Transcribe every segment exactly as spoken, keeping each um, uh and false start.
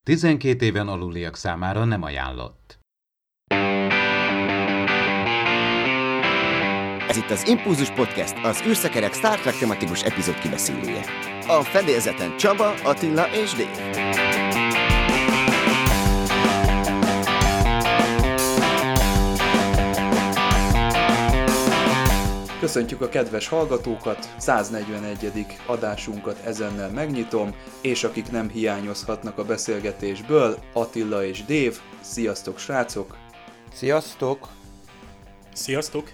tizenkét éven aluliak számára nem ajánlott. Ez itt az Impulzus Podcast, az űrszekerek Star Trek tematikus epizód kibeszélője. A fedélzeten Csaba, Attila és Dave. Köszöntjük a kedves hallgatókat, száznegyvenegyedik adásunkat ezennel megnyitom, és akik nem hiányozhatnak a beszélgetésből, Attila és Dave. Sziasztok, srácok! Sziasztok! Sziasztok!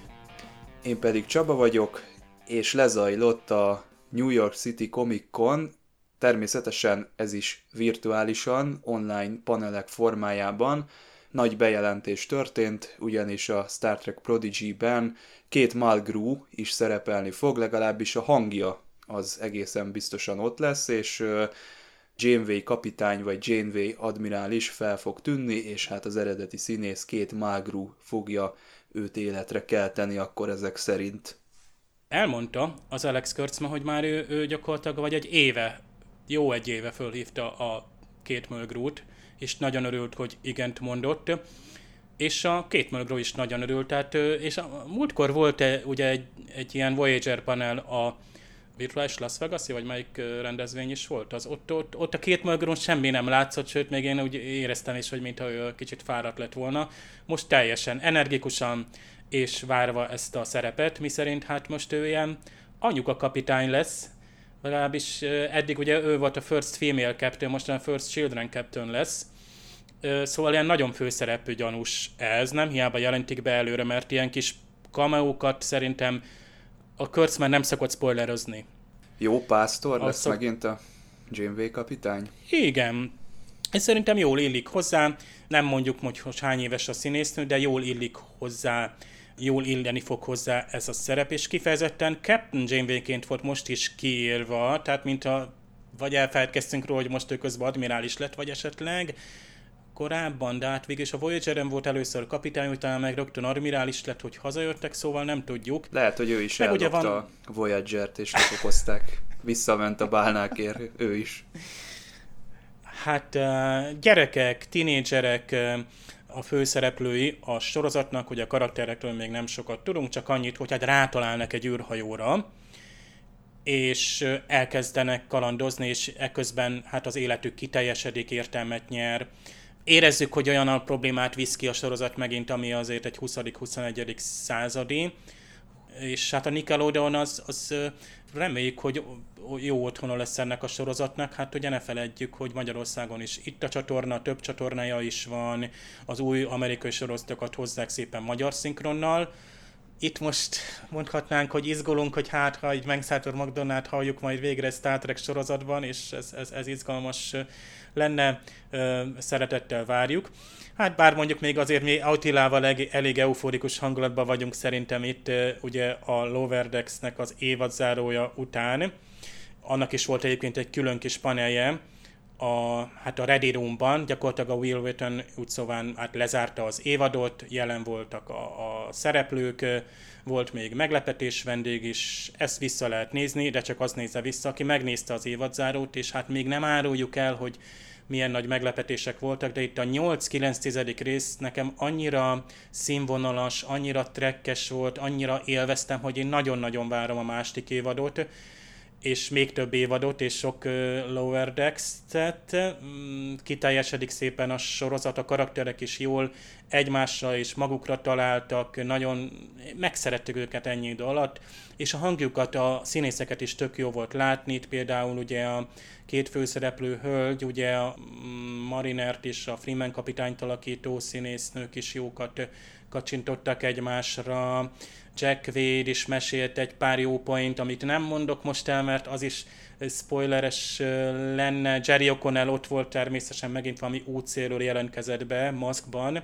Én pedig Csaba vagyok, és lezajlott a New York City Comic Con, természetesen ez is virtuálisan, online panelek formájában. Nagy bejelentés történt, ugyanis a Star Trek Prodigy-ben két Mulgrew is szerepelni fog, legalábbis a hangja az egészen biztosan ott lesz, és Janeway kapitány vagy Janeway admirális fel fog tűnni, és hát az eredeti színész két Mulgrew fogja őt életre kelteni akkor ezek szerint. Elmondta az Alex Kurtzman, hogy már ő, ő gyakorlatilag vagy egy éve, jó egy éve fölhívta a két Mulgrewt, és nagyon örült, hogy igent mondott, és a két Mulgrew is nagyon örült, tehát, és a múltkor volt ugye egy, egy ilyen Voyager panel a virtuális Las Vegas-i, vagy melyik rendezvény is volt, az ott, ott, ott a két Mulgrew semmi nem látszott, sőt, még én úgy éreztem is, hogy mintha ő kicsit fáradt lett volna. Most teljesen energikusan és várva ezt a szerepet, miszerint hát most ő ilyen anyuka kapitány lesz, legalábbis eddig ugye ő volt a First Female Captain, most a First Children Captain lesz. Szóval ilyen nagyon főszerepű gyanús ez, nem hiába jelentik be előre, mert ilyen kis cameókat szerintem a Kurtzman nem szokott spoilerozni. Jó pásztor lesz szok... megint a Janeway kapitány? Igen. Ez szerintem jól illik hozzá, nem mondjuk, hogy hány éves a színésznő, de jól illik hozzá, jól illeni fog hozzá ez a szerep, és kifejezetten Captain Janeway-ként volt most is kiírva, tehát mint a, vagy elfelejtkeztünk róla, hogy most ő közben admirális lett, vagy esetleg korábban, de hát végülis a Voyager-en volt először kapitány, utána meg rögtön admirális lett, hogy hazajöttek, szóval nem tudjuk. Lehet, hogy ő is meg eldobta van... a Voyager-t, és lefokozták. Visszament a bálnákért, ő is. Hát gyerekek, tinédzserek a főszereplői a sorozatnak, hogy a karakterekről még nem sokat tudunk, csak annyit, hogy hát rátalálnak egy űrhajóra, és elkezdenek kalandozni, és eközben hát az életük kiteljesedik, értelmet nyer. Érezzük, hogy olyan a problémát visz ki a sorozat megint, ami azért egy huszadik-huszonegyedik századi, és hát a Nickelodeon az, az reméljük, hogy jó otthona lesz ennek a sorozatnak. Hát ugye ne feledjük, hogy Magyarországon is itt a csatorna, több csatornája is van, az új amerikai sorozatokat hozzák szépen magyar szinkronnal. Itt most mondhatnánk, hogy izgulunk, hogy hát, ha egy Megszálltor Magdolnát halljuk majd végre Star Trek sorozatban, és ez, ez, ez izgalmas lenne, szeretettel várjuk. Hát bár mondjuk még azért mi Attilával elég, elég euforikus hangulatban vagyunk szerintem itt ugye a Lower Decks-nek az évadzárója után. Annak is volt egyébként egy külön kis panelje, a, hát a Ready Room-ban, gyakorlatilag a Will Wheaton úgy szóval hát lezárta az évadot, jelen voltak a, a szereplők, volt még meglepetés vendég is, ezt vissza lehet nézni, de csak az nézze vissza, aki megnézte az évadzárót, és hát még nem áruljuk el, hogy milyen nagy meglepetések voltak, de itt a nyolc-kilenc rész nekem annyira színvonalas, annyira trekkes volt, annyira élveztem, hogy én nagyon-nagyon várom a második évadot, és még több évadot, és sok uh, Lower Decks-et. Mm, kiteljesedik szépen a sorozat, a karakterek is jól egymásra és magukra találtak, nagyon megszerettük őket ennyi idő alatt, és a hangjukat, a színészeket is tök jó volt látni, itt például ugye a két főszereplő hölgy, ugye a Marinert és a Freeman kapitányt alakító színésznők is jókat kacsintottak egymásra. Jack Wade is mesélt egy pár jó point, amit nem mondok most el, mert az is spoileres lenne. Jerry O'Connell ott volt természetesen, megint valami útszélről jelentkezett be, maszkban.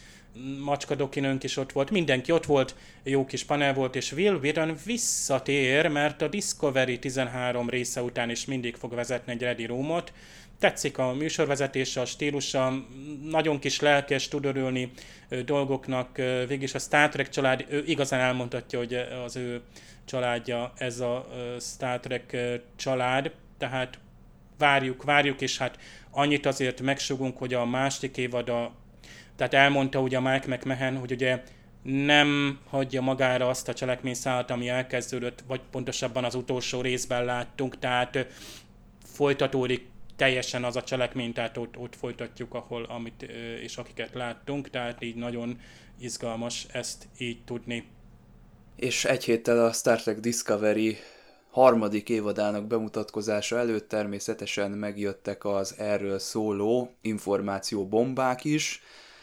Macska Dokinőnk is ott volt, mindenki ott volt, jó kis panel volt, és Will Wheaton visszatér, mert a Discovery tizenhárom része után is mindig fog vezetni egy Ready Roomot. Tetszik a műsorvezetése, a stílusa, nagyon kis lelkes, tud örülni dolgoknak. Végülis a Star Trek család, ő igazán elmondhatja, hogy az ő családja ez a Star Trek család, tehát várjuk, várjuk, és hát annyit azért megsugunk, hogy a második évad, a, tehát elmondta ugye a Mike McMahon, hogy ugye nem hagyja magára azt a cselekményszálat, ami elkezdődött, vagy pontosabban az utolsó részben láttunk, tehát folytatódik teljesen az a cselekmény, tehát ott, ott folytatjuk, ahol, amit, és akiket láttunk, tehát így nagyon izgalmas ezt így tudni. És egy héttel a Star Trek Discovery harmadik évadának bemutatkozása előtt természetesen megjöttek az erről szóló információbombák is.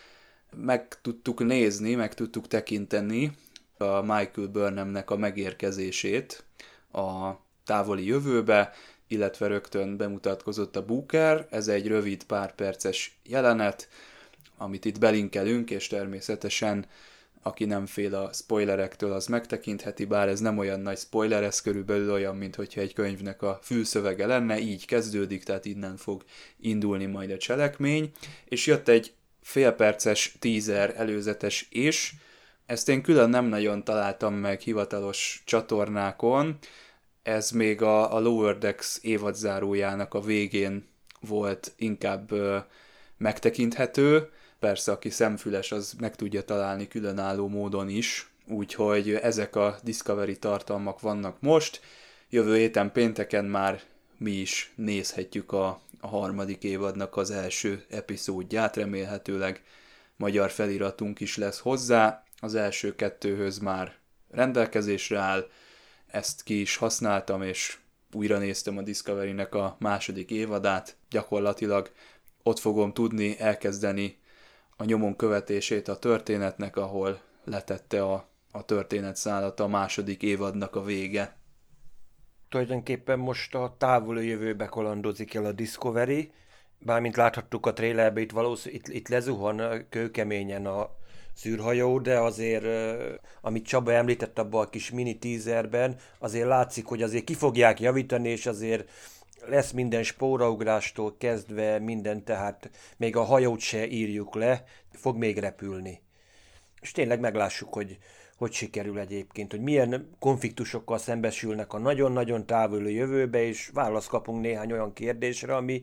Meg tudtuk nézni, meg tudtuk tekinteni a Michael Burnhamnek a megérkezését a távoli jövőbe, illetve rögtön bemutatkozott a Booker. Ez egy rövid pár perces jelenet, amit itt belinkelünk, és természetesen aki nem fél a spoilerektől, az megtekintheti, bár ez nem olyan nagy spoiler, ez körülbelül olyan, mint hogyha egy könyvnek a fülszövege lenne, így kezdődik, tehát innen fog indulni majd a cselekmény, és jött egy félperces teaser előzetes is, ezt én külön nem nagyon találtam meg hivatalos csatornákon, ez még a, a Lower Decks évadzárójának a végén volt inkább ö, megtekinthető, persze aki szemfüles, az meg tudja találni különálló módon is, úgyhogy ezek a Discovery tartalmak vannak most, jövő héten pénteken már mi is nézhetjük a, a harmadik évadnak az első epizódját, remélhetőleg magyar feliratunk is lesz hozzá, az első kettőhöz már rendelkezésre áll, ezt ki is használtam, és újra néztem a Discovery-nek a második évadát, gyakorlatilag ott fogom tudni elkezdeni a nyomon követését a történetnek, ahol letette a, a történetszálat a második évadnak a vége. Tulajdonképpen most a távoli jövőbe kalandozik el a Discovery, bármint láthattuk a trailerbe, itt valószínűleg itt, itt lezuhan kőkeményen a szűrhajó, de azért, amit Csaba említett abban a kis mini teaserben, azért látszik, hogy azért ki fogják javítani, és azért lesz minden spóraugrástól kezdve minden, tehát még a hajót se írjuk le, fog még repülni. És tényleg meglássuk, hogy hogy sikerül egyébként, hogy milyen konfliktusokkal szembesülnek a nagyon-nagyon távoli jövőbe, és választ kapunk néhány olyan kérdésre, ami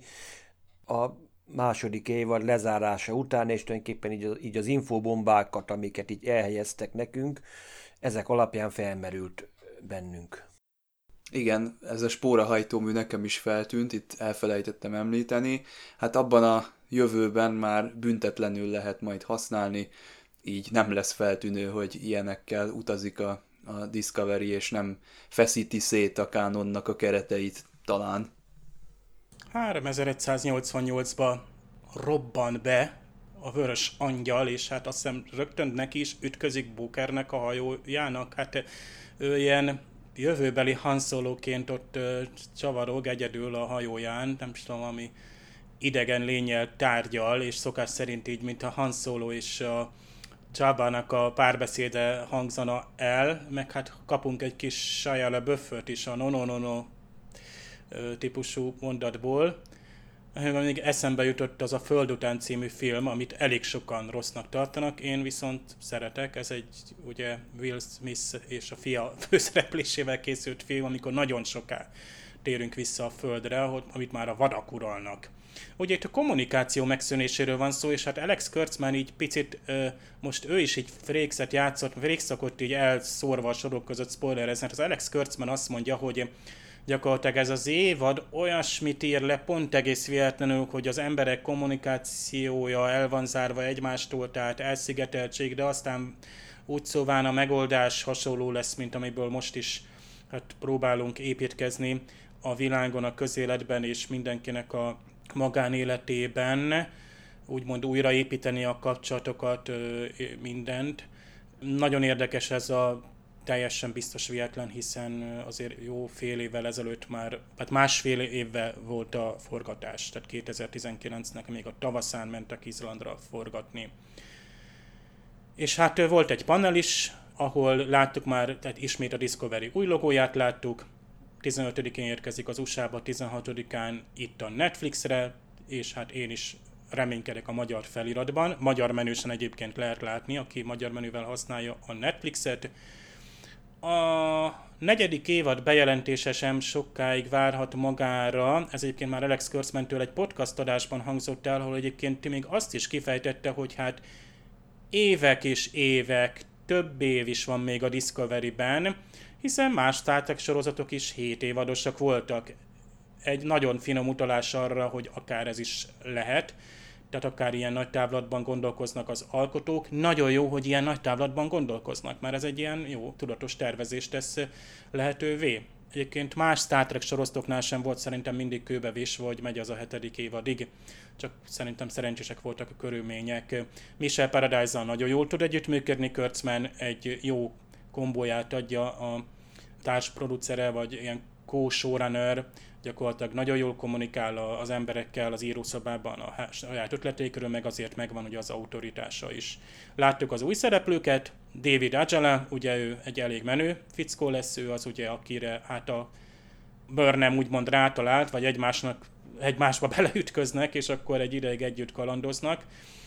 a második évad lezárása után, és tulajdonképpen így az, így az infobombákat, amiket így elhelyeztek nekünk, ezek alapján felmerült bennünk. Igen, ez a spórahajtómű nekem is feltűnt, itt elfelejtettem említeni. Hát abban a jövőben már büntetlenül lehet majd használni, így nem lesz feltűnő, hogy ilyenekkel utazik a, a Discovery, és nem feszíti szét a kánonnak a kereteit talán. háromezer-egyszáznyolcvannyolcban robban be a vörös angyal, és hát azt hiszem rögtön neki is ütközik Bookernek a hajójának. Hát ő ilyen jövőbeli Han Soloként ott ö, csavarog egyedül a hajóján, nem tudom, ami idegen lénnyel tárgyal, és szokás szerint így, mint a Han Solo és a Csábának a párbeszéde hangzana el, meg hát kapunk egy kis Shia LaBeouf-öt is a no-no-no-no típusú mondatból. Még eszembe jutott az a Föld után című film, amit elég sokan rossznak tartanak, én viszont szeretek. Ez egy ugye Will Smith és a fia főszereplésével készült film, amikor nagyon soká térünk vissza a Földre, amit már a vadak uralnak. Ugye itt a kommunikáció megszűnéséről van szó, és hát Alex Kurtzman így picit, most ő is így Frakes-et játszott, Frakes szokott így elszórva a sorok között spoilerezni, hát az Alex Kurtzman azt mondja, hogy gyakorlatilag ez az évad olyasmit ír le pont egész véletlenül, hogy az emberek kommunikációja el van zárva egymástól, tehát elszigeteltség, de aztán úgy szóván a megoldás hasonló lesz, mint amiből most is hát próbálunk építkezni a világon, a közéletben és mindenkinek a magánéletében, úgymond újraépíteni a kapcsolatokat, mindent. Nagyon érdekes ez a teljesen biztos véletlen, hiszen azért jó fél évvel ezelőtt már, hát másfél évvel volt a forgatás, tehát kétezer-tizenkilencnek még a tavaszán mentek Izlandra forgatni. És hát volt egy panel is, ahol láttuk már, tehát ismét a Discovery új logóját láttuk, tizenötödikén érkezik az u es á-ba, tizenhatodikán itt a Netflixre, és hát én is reménykedek a magyar feliratban. Magyar menüsen egyébként lehet látni, aki magyar menüvel használja a Netflixet. A negyedik évad bejelentése sem sokáig várhat magára. Ez egyébként már Alex Kurtzmantől egy podcast adásban hangzott el, ahol egyébként még azt is kifejtette, hogy hát évek és évek, több év is van még a Discovery-ben, hiszen más Star Trek sorozatok is hét évadosak voltak. Egy nagyon finom utalás arra, hogy akár ez is lehet, tehát akár ilyen nagy távlatban gondolkoznak az alkotók. Nagyon jó, hogy ilyen nagy távlatban gondolkoznak, mert ez egy ilyen jó, tudatos tervezést tesz lehetővé. Egyébként más Star Trek sorozatoknál sem volt szerintem mindig kőbevésve, hogy megy az a hetedik évadig. Csak szerintem szerencsések voltak a körülmények. Michelle Paradise-zal nagyon jól tud együttműködni, Kurtzman egy jó kombóját adja a társproducere, vagy ilyen co-showrunner, gyakorlatilag nagyon jól kommunikál az emberekkel az írószobában a saját ötleteikről, meg azért megvan ugye az autoritása is. Láttuk az új szereplőket, David Ajala, ugye ő egy elég menő fickó lesz, ő az ugye, akire hát a Burnham úgymond rátalált, vagy egymásnak, egymásba beleütköznek, és akkor egy ideig együtt kalandoznak.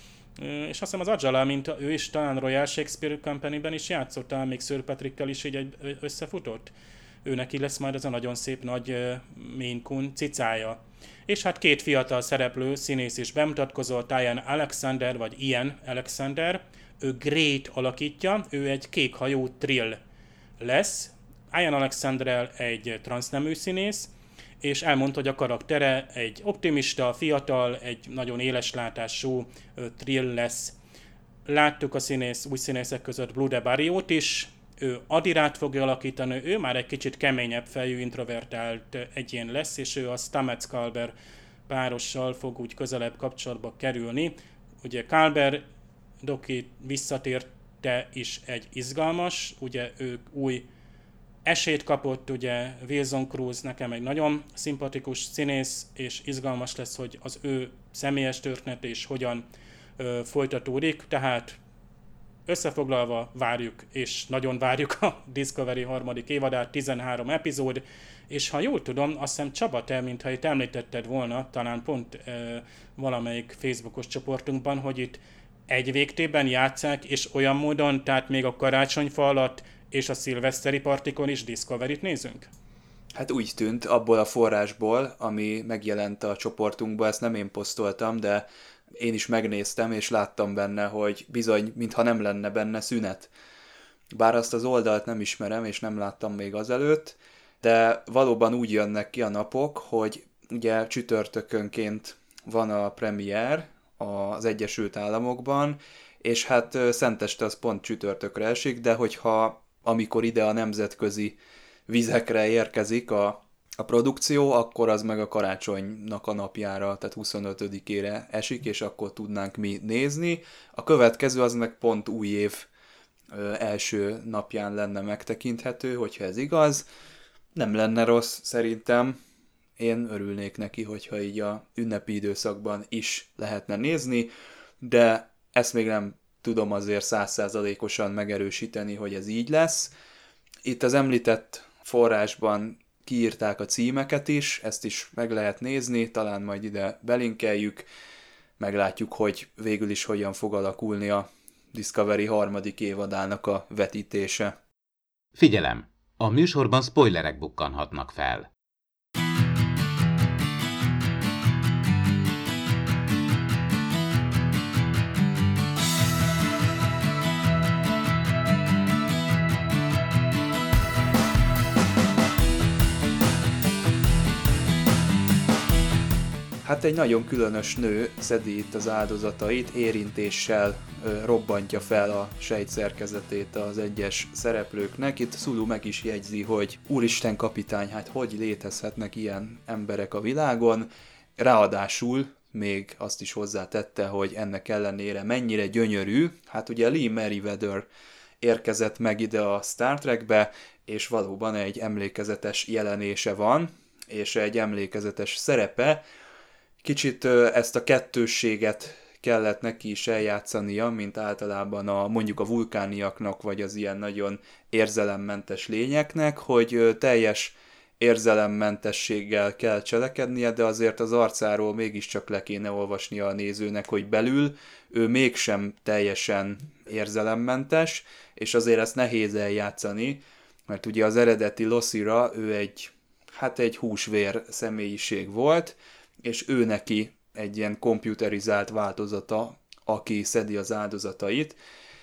És azt hiszem az Ajala, mint ő is talán Royal Shakespeare Company-ben is játszott, még Sir Patrickkel is így egy összefutott. Ő neki lesz majd az a nagyon szép nagy uh, Maine Coon cicája. És hát két fiatal szereplő, színész is bemutatkozott, Ian Alexander, vagy Ian Alexander, ő Great alakítja, ő egy kékhajú Trill lesz. Ian Alexander egy transznemű színész, és elmondta, hogy a karaktere egy optimista, fiatal, egy nagyon éleslátású uh, Trill lesz. Láttuk a színész, új színészek között Blue de Barriot is, ő Adirát fogja alakítani, ő már egy kicsit keményebb fejű, introvertált egyén lesz, és ő a Stamets Culber párossal fog úgy közelebb kapcsolatba kerülni. Ugye Culber Doki visszatérte is egy izgalmas, ugye ő új esélyt kapott, ugye Wilson Cruz nekem egy nagyon szimpatikus színész, és izgalmas lesz, hogy az ő személyes története is hogyan ö, folytatódik, tehát összefoglalva várjuk, és nagyon várjuk a Discovery harmadik évadát, tizenhárom epizód, és ha jól tudom, azt hiszem Csaba, te, mintha itt említetted volna, talán pont e, valamelyik Facebookos csoportunkban, hogy itt egy végtében játsszák, és olyan módon, tehát még a karácsonyfa alatt és a szilveszteri partikon is Discovery-t nézünk? Hát úgy tűnt abból a forrásból, ami megjelent a csoportunkban, ezt nem én posztoltam, de én is megnéztem, és láttam benne, hogy bizony, mintha nem lenne benne szünet. Bár azt az oldalt nem ismerem, és nem láttam még azelőtt, de valóban úgy jönnek ki a napok, hogy ugye csütörtökönként van a premier az Egyesült Államokban, és hát szenteste az pont csütörtökre esik, de hogyha amikor ide a nemzetközi vizekre érkezik a A produkció, akkor az meg a karácsonynak a napjára, tehát huszonötödikére esik, és akkor tudnánk mi nézni. A következő az meg pont új év első napján lenne megtekinthető, hogyha ez igaz. Nem lenne rossz szerintem. Én örülnék neki, hogyha így a ünnepi időszakban is lehetne nézni, de ezt még nem tudom azért száz százalékosan megerősíteni, hogy ez így lesz. Itt az említett forrásban kiírták a címeket is, ezt is meg lehet nézni, talán majd ide belinkeljük, meglátjuk, hogy végül is hogyan fog alakulni a Discovery harmadik évadának a vetítése. Figyelem! A műsorban spoilerek bukkanhatnak fel. Hát egy nagyon különös nő szedi itt az áldozatait, érintéssel ö, robbantja fel a sejtszerkezetét az egyes szereplőknek. Itt Sulu meg is jegyzi, hogy úristen kapitány, hát hogy létezhetnek ilyen emberek a világon. Ráadásul még azt is hozzátette, hogy ennek ellenére mennyire gyönyörű. Hát ugye Lee Meriwether érkezett meg ide a Star Trekbe, és valóban egy emlékezetes jelenése van, és egy emlékezetes szerepe. Kicsit ezt a kettősséget kellett neki is eljátszania, mint általában a, mondjuk a vulkániaknak, vagy az ilyen nagyon érzelemmentes lényeknek, hogy teljes érzelemmentességgel kell cselekednie, de azért az arcáról mégiscsak le kéne olvasnia a nézőnek, hogy belül ő mégsem teljesen érzelemmentes, és azért ezt nehéz eljátszani, mert ugye az eredeti Losira ő egy, hát egy húsvér személyiség volt, és ő neki egy ilyen komputerizált változata, aki szedi az áldozatait,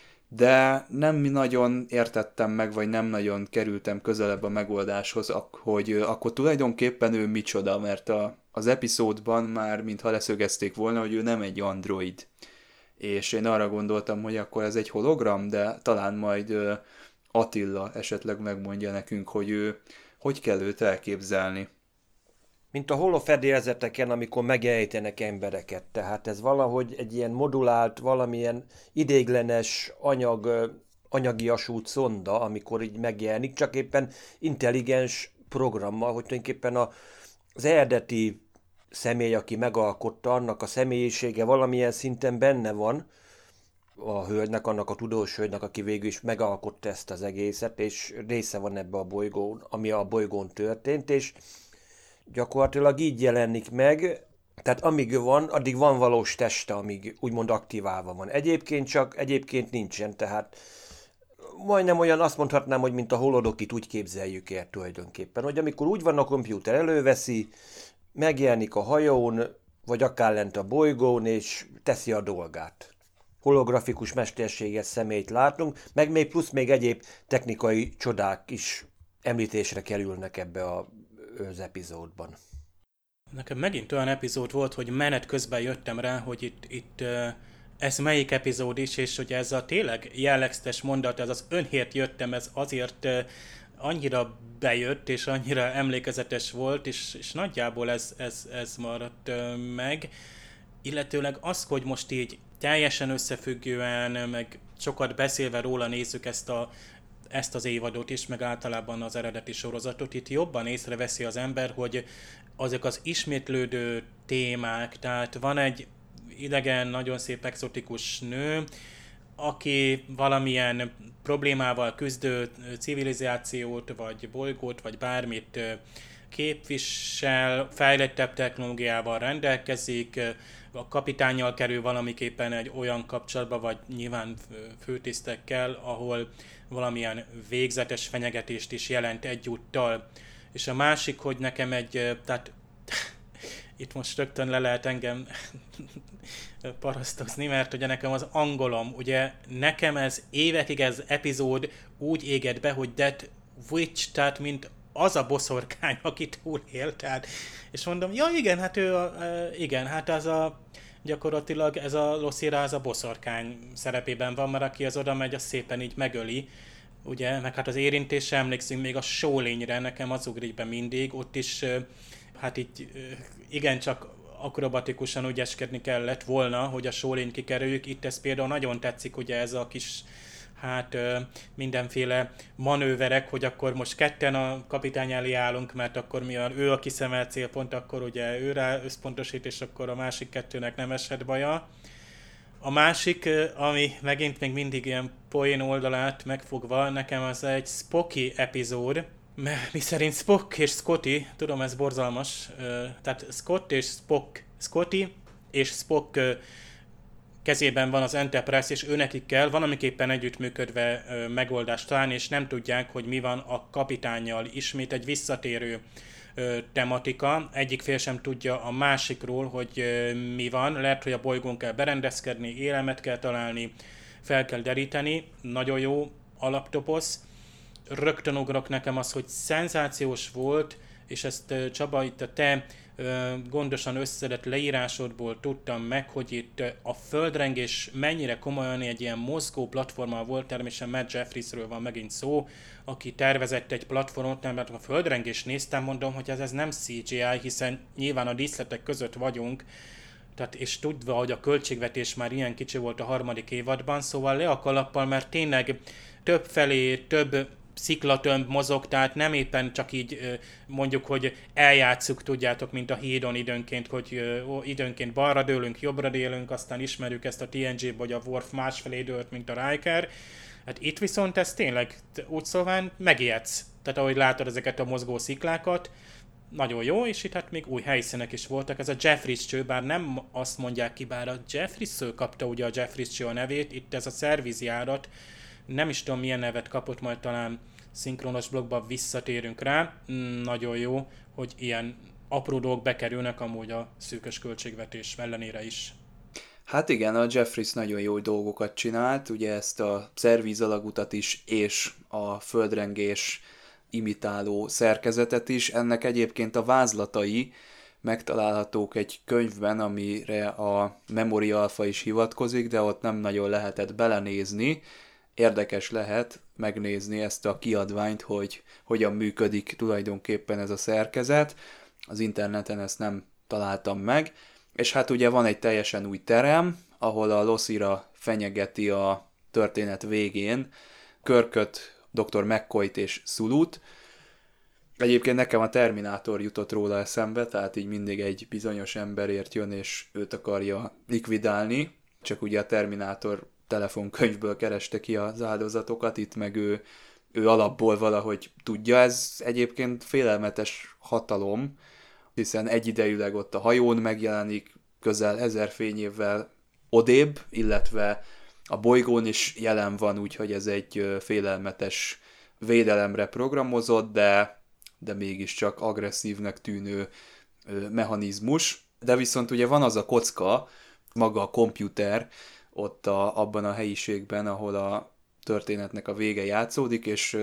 de nem nagyon értettem meg, vagy nem nagyon kerültem közelebb a megoldáshoz, hogy akkor tulajdonképpen ő micsoda, mert a, az epizódban már mintha leszögezték volna, hogy ő nem egy android. És én arra gondoltam, hogy akkor ez egy hologram, de talán majd Attila esetleg megmondja nekünk, hogy ő hogy kell őt elképzelni. Mint a holofedélzeteken, amikor megjelenítenek embereket. Tehát ez valahogy egy ilyen modulált, valamilyen idéglenes anyag, anyagiasult szonda, amikor így megjelenik, csak éppen intelligens programmal, hogy tulajdonképpen a, az eredeti személy, aki megalkotta, annak a személyisége valamilyen szinten benne van, a hölgynek, annak a tudós hölgynek, aki végül is megalkotta ezt az egészet, és része van ebbe a bolygón, ami a bolygón történt, és gyakorlatilag így jelenik meg, tehát amíg van, addig van valós teste, amíg úgymond aktiválva van. Egyébként csak, egyébként nincsen, tehát majdnem olyan, azt mondhatnám, hogy mint a holodokit úgy képzeljük el tulajdonképpen, hogy amikor úgy van, a komputer előveszi, megjelenik a hajón, vagy akár lent a bolygón, és teszi a dolgát. Holografikus mesterséges személyt látunk, meg még plusz még egyéb technikai csodák is említésre kerülnek ebbe a, az epizódban. Nekem megint olyan epizód volt, hogy menet közben jöttem rá, hogy itt, itt ez melyik epizód is, és hogy ez a tényleg jellegzetes mondat, ez az önhért jöttem, ez azért annyira bejött, és annyira emlékezetes volt, és, és nagyjából ez, ez, ez maradt meg. Illetőleg az, hogy most így teljesen összefüggően, meg sokat beszélve róla nézzük ezt, a, ezt az évadot is, meg általában az eredeti sorozatot, itt jobban észreveszi az ember, hogy azok az ismétlődő témák, tehát van egy idegen, nagyon szép exotikus nő, aki valamilyen problémával küzdő civilizációt, vagy bolygót, vagy bármit képvisel, fejlettebb technológiával rendelkezik, a kapitánnyal kerül valamiképpen egy olyan kapcsolatba, vagy nyilván főtisztekkel, ahol valamilyen végzetes fenyegetést is jelent egyúttal. És a másik, hogy nekem egy, tehát itt most rögtön le lehet engem parasztozni, mert ugye nekem az angolom, ugye nekem ez évekig ez epizód úgy égett be, hogy that witch, tehát mint az a boszorkány, aki túlél, tehát, és mondom, ja igen, hát ő, a, igen, hát az a, gyakorlatilag ez a Losira, az a boszorkány szerepében van, mert aki az oda megy, az szépen így megöli, ugye, meg hát az érintésre emlékszünk még a sólényre, nekem az ugrik be mindig, ott is, hát így igencsak akrobatikusan ügyeskedni kellett volna, hogy a sólényt kikerüljük, itt ez például nagyon tetszik, ugye ez a kis hát mindenféle manőverek, hogy akkor most ketten a kapitány elé állunk, mert akkor mi a, ő a kiszemelt célpont, akkor ugye őre összpontosít, és akkor a másik kettőnek nem eshet baja. A másik, ami megint még mindig ilyen poén oldalát megfogva, nekem az egy Spocky epizód, mi szerint Spock és Scotty, tudom ez borzalmas, tehát Scott és Spock, Scotty és Spock kezében van az Enterprise, és őnekik kell valamiképpen együttműködve ö, megoldást találni, és nem tudják, hogy mi van a kapitánnyal. Ismét egy visszatérő ö, tematika. Egyik fél sem tudja a másikról, hogy ö, mi van. Lehet, hogy a bolygón kell berendezkedni, élelmet kell találni, fel kell deríteni. Nagyon jó alaptoposz. Rögtön ugrok nekem az, hogy szenzációs volt, és ezt ö, Csaba, itt a te gondosan összedett leírásodból tudtam meg, hogy itt a földrengés mennyire komolyan egy ilyen mozgó platforma volt, természetesen Matt Jeffriesről van megint szó, aki tervezett egy platformot, mert a földrengést néztem, mondom, hogy ez, ez nem cé gé í, hiszen nyilván a díszletek között vagyunk, tehát, és tudva, hogy a költségvetés már ilyen kicsi volt a harmadik évadban, szóval le a kalappal, mert tényleg több felé, több sziklatömb mozog, tehát nem éppen csak így mondjuk, hogy eljátszuk, tudjátok, mint a hídon időnként, hogy időnként balra dőlünk, jobbra délünk, aztán ismerjük ezt a té en gé-be, hogy a Worf másfelé dőlt, mint a Riker. Hát itt viszont ez tényleg úgy szóval megijedsz. Tehát ahogy látod ezeket a mozgó sziklákat, nagyon jó, és itt hát még új helyszínek is voltak. Ez a Jeffries cső, bár nem azt mondják ki, bár a Jeffries-szől kapta ugye a Jeffries cső a nevét, itt ez a szervizjárat, nem is tudom milyen nevet kapott, majd talán szinkronos blokkba visszatérünk rá. Nagyon jó, hogy ilyen apró dolgok bekerülnek amúgy a szűkös költségvetés ellenére is. Hát igen, a Jeffries nagyon jó dolgokat csinált, ugye ezt a szervíz alagutat is, és a földrengés imitáló szerkezetet is. Ennek egyébként a vázlatai megtalálhatók egy könyvben, amire a Memory Alpha is hivatkozik, de ott nem nagyon lehetett belenézni. Érdekes lehet megnézni ezt a kiadványt, hogy hogyan működik tulajdonképpen ez a szerkezet. Az interneten ezt nem találtam meg. És hát ugye van egy teljesen új terem, ahol a Lossira fenyegeti a történet végén Kirköt, doktor McCoyt és Sulut. Egyébként nekem a Terminátor jutott róla eszembe, tehát így mindig egy bizonyos emberért jön, és őt akarja likvidálni. Csak ugye a Terminátor telefonkönyvből kereste ki az áldozatokat, itt meg ő, ő alapból valahogy tudja. Ez egyébként félelmetes hatalom, hiszen egyidejűleg ott a hajón megjelenik, közel ezer fényévvel odébb, illetve a bolygón is jelen van, úgyhogy ez egy félelmetes védelemre programozott, de, de mégiscsak agresszívnek tűnő mechanizmus. De viszont ugye van az a kocka, maga a komputer, ott a, abban a helyiségben, ahol a történetnek a vége játszódik, és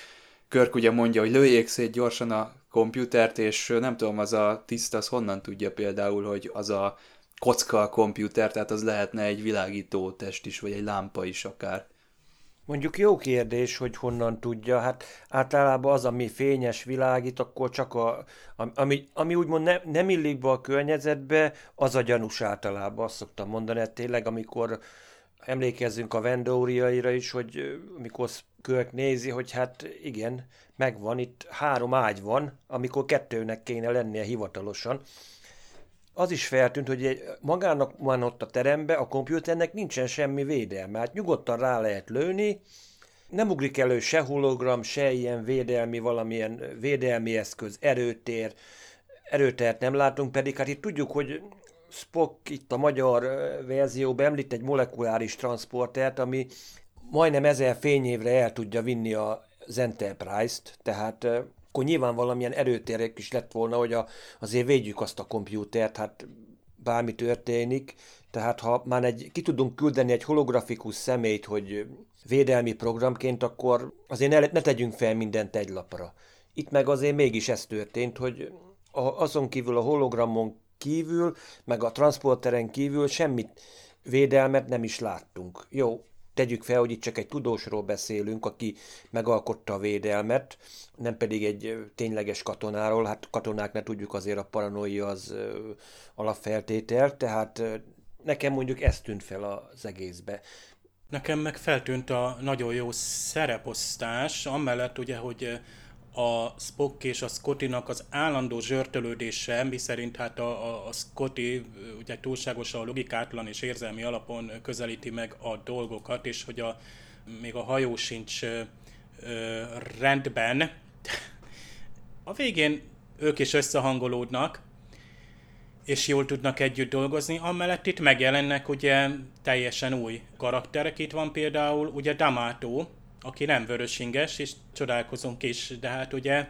Kirk ugye mondja, hogy lőjék szét gyorsan a komputert, és nem tudom, az a tiszt, az honnan tudja például, hogy az a kocka a komputer, tehát az lehetne egy világító test is, vagy egy lámpa is akár. Mondjuk jó kérdés, hogy honnan tudja, hát általában az, ami fényes világít, akkor csak a, ami, ami úgymond ne, nem illik be a környezetbe, az a gyanús általában, azt szoktam mondani, hát tényleg, amikor emlékezzünk a Vendoriaira is, hogy amikor Kirk nézi, hogy hát igen, megvan, itt három ágy van, amikor kettőnek kéne lennie hivatalosan. Az is feltűnt, hogy egy, magának van ott a teremben, a kompjúternek nincsen semmi védelme. Hát nyugodtan rá lehet lőni, nem ugrik elő se hologram, se ilyen védelmi, valamilyen védelmi eszköz, erőtér, erőtért nem látunk, pedig hát itt tudjuk, hogy Spock itt a magyar verzióban említ egy molekuláris transportert, ami majdnem ezer fényévre el tudja vinni az Enterprise-t, tehát akkor nyilván valamilyen erőtérek is lett volna, hogy a, azért védjük azt a kompjútert, hát bármi történik, tehát ha már egy, ki tudunk küldeni egy holografikus személyt, hogy védelmi programként, akkor azért ne, ne tegyünk fel mindent egy lapra. Itt meg azért mégis ez történt, hogy a, azon kívül a hologramon kívül, meg a transporteren kívül semmit védelmet nem is láttunk. Jó, tegyük fel, hogy itt csak egy tudósról beszélünk, aki megalkotta a védelmet, nem pedig egy tényleges katonáról. Hát katonáknál tudjuk azért a paranoia az ö, alapfeltétel, tehát ö, nekem mondjuk ez tűnt fel az egészbe. Nekem meg feltűnt a nagyon jó szereposztás, amellett ugye, hogy a Spock és a Scotty-nak az állandó zsörtölődése, miszerint hát a, a, a Scotty ugye túlságosan logikátlan és érzelmi alapon közelíti meg a dolgokat, és hogy a, még a hajó sincs ö, ö, rendben. A végén ők is összehangolódnak, és jól tudnak együtt dolgozni, amellett itt megjelennek ugye teljesen új karakterek. Itt van például ugye D'Amato, aki nem vörösinges, és csodálkozunk is, de hát ugye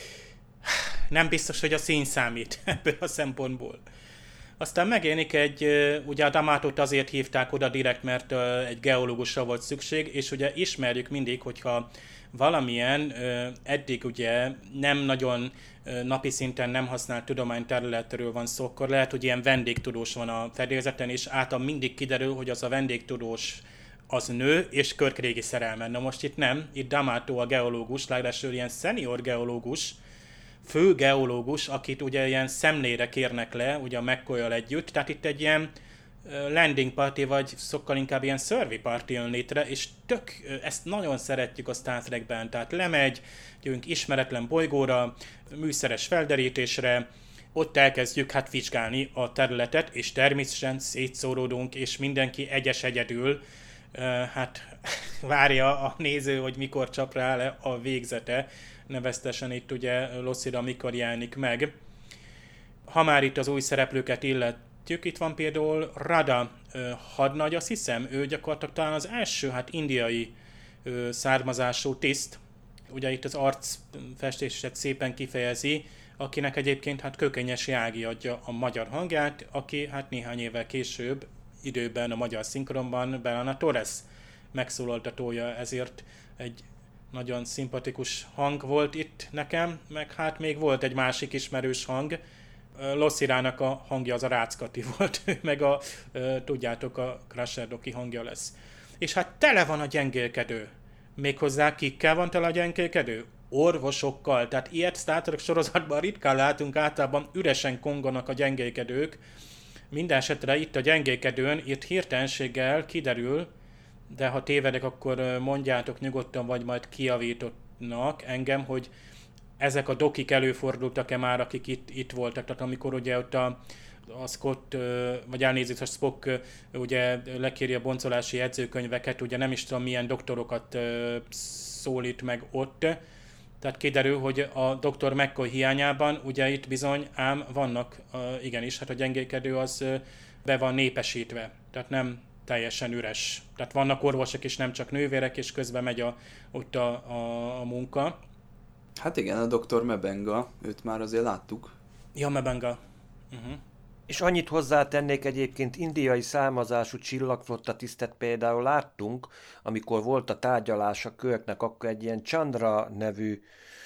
nem biztos, hogy a szín számít ebből a szempontból. Aztán megjelenik egy, ugye a D'Amatot azért hívták oda direkt, mert egy geológusra volt szükség, és ugye ismerjük mindig, hogyha valamilyen eddig ugye nem nagyon napi szinten nem használt tudományterületről van szó, akkor lehet, hogy ilyen vendégtudós van a fedélzeten, és által mindig kiderül, hogy az a vendégtudós az nő, és Kirk régi szerelme. Na most itt nem, itt D'Amato a geológus, ráadásul ilyen senior geológus, fő geológus, akit ugye ilyen szemlére kérnek le, ugye a McCoy-jal együtt, tehát itt egy ilyen landing party, vagy sokkal inkább ilyen survey party jön létre, és tök, ezt nagyon szeretjük a Star Trekben, tehát lemegy, jövünk ismeretlen bolygóra, műszeres felderítésre, ott elkezdjük hát vizsgálni a területet, és természetesen szétszóródunk, és mindenki egyes egyedül, hát várja a néző, hogy mikor csap rá le a végzete, neveztesen itt ugye Lossira mikor jelenik meg. Ha már itt az új szereplőket illetjük, itt van például Rada hadnagy, azt hiszem, ő gyakorlatilag talán az első hát indiai származású tiszt, ugye itt az arcfestéset szépen kifejezi, akinek egyébként hát Kökenyesi Ági adja a magyar hangját, aki hát néhány évvel később időben a magyar szinkronban Bellana Torres megszólaltatója, ezért egy nagyon szimpatikus hang volt itt nekem, meg hát még volt egy másik ismerős hang, Lossirának a hangja az a Ráckati volt, meg a, tudjátok, a Crusher Doki hangja lesz. És hát tele van a gyengélkedő. Méghozzá kikkel van tele a gyengélkedő? Orvosokkal. Tehát ilyet Star Trek sorozatban ritkán látunk, általában üresen konganak a gyengélkedők. Mindenesetre itt a gyengélkedőn, itt hirtelenséggel kiderül, de ha tévedek, akkor mondjátok nyugodtan, vagy majd kijavítottnak engem, hogy ezek a dokik előfordultak-e már, akik itt, itt voltak. Tehát amikor ugye ott a, a Scott, vagy elnézést, a Spock ugye lekéri a boncolási jegyzőkönyveket, ugye nem is tudom milyen doktorokat szólít meg ott. Tehát kiderül, hogy a doktor McCoy hiányában ugye itt bizony ám vannak, igenis, hát a gyengélkedő az be van népesítve. Tehát nem teljesen üres. Tehát vannak orvosok és nem csak nővérek, és közben megy a, ott a, a, a munka. Hát igen, a doktor M'Benga, őt már azért láttuk. Ja, M'Benga. Uh-huh. És annyit hozzátennék, egyébként indiai származású csillagflotta tisztet például láttunk, amikor volt a tárgyalás a Kirknek, akkor egy ilyen Chandra nevű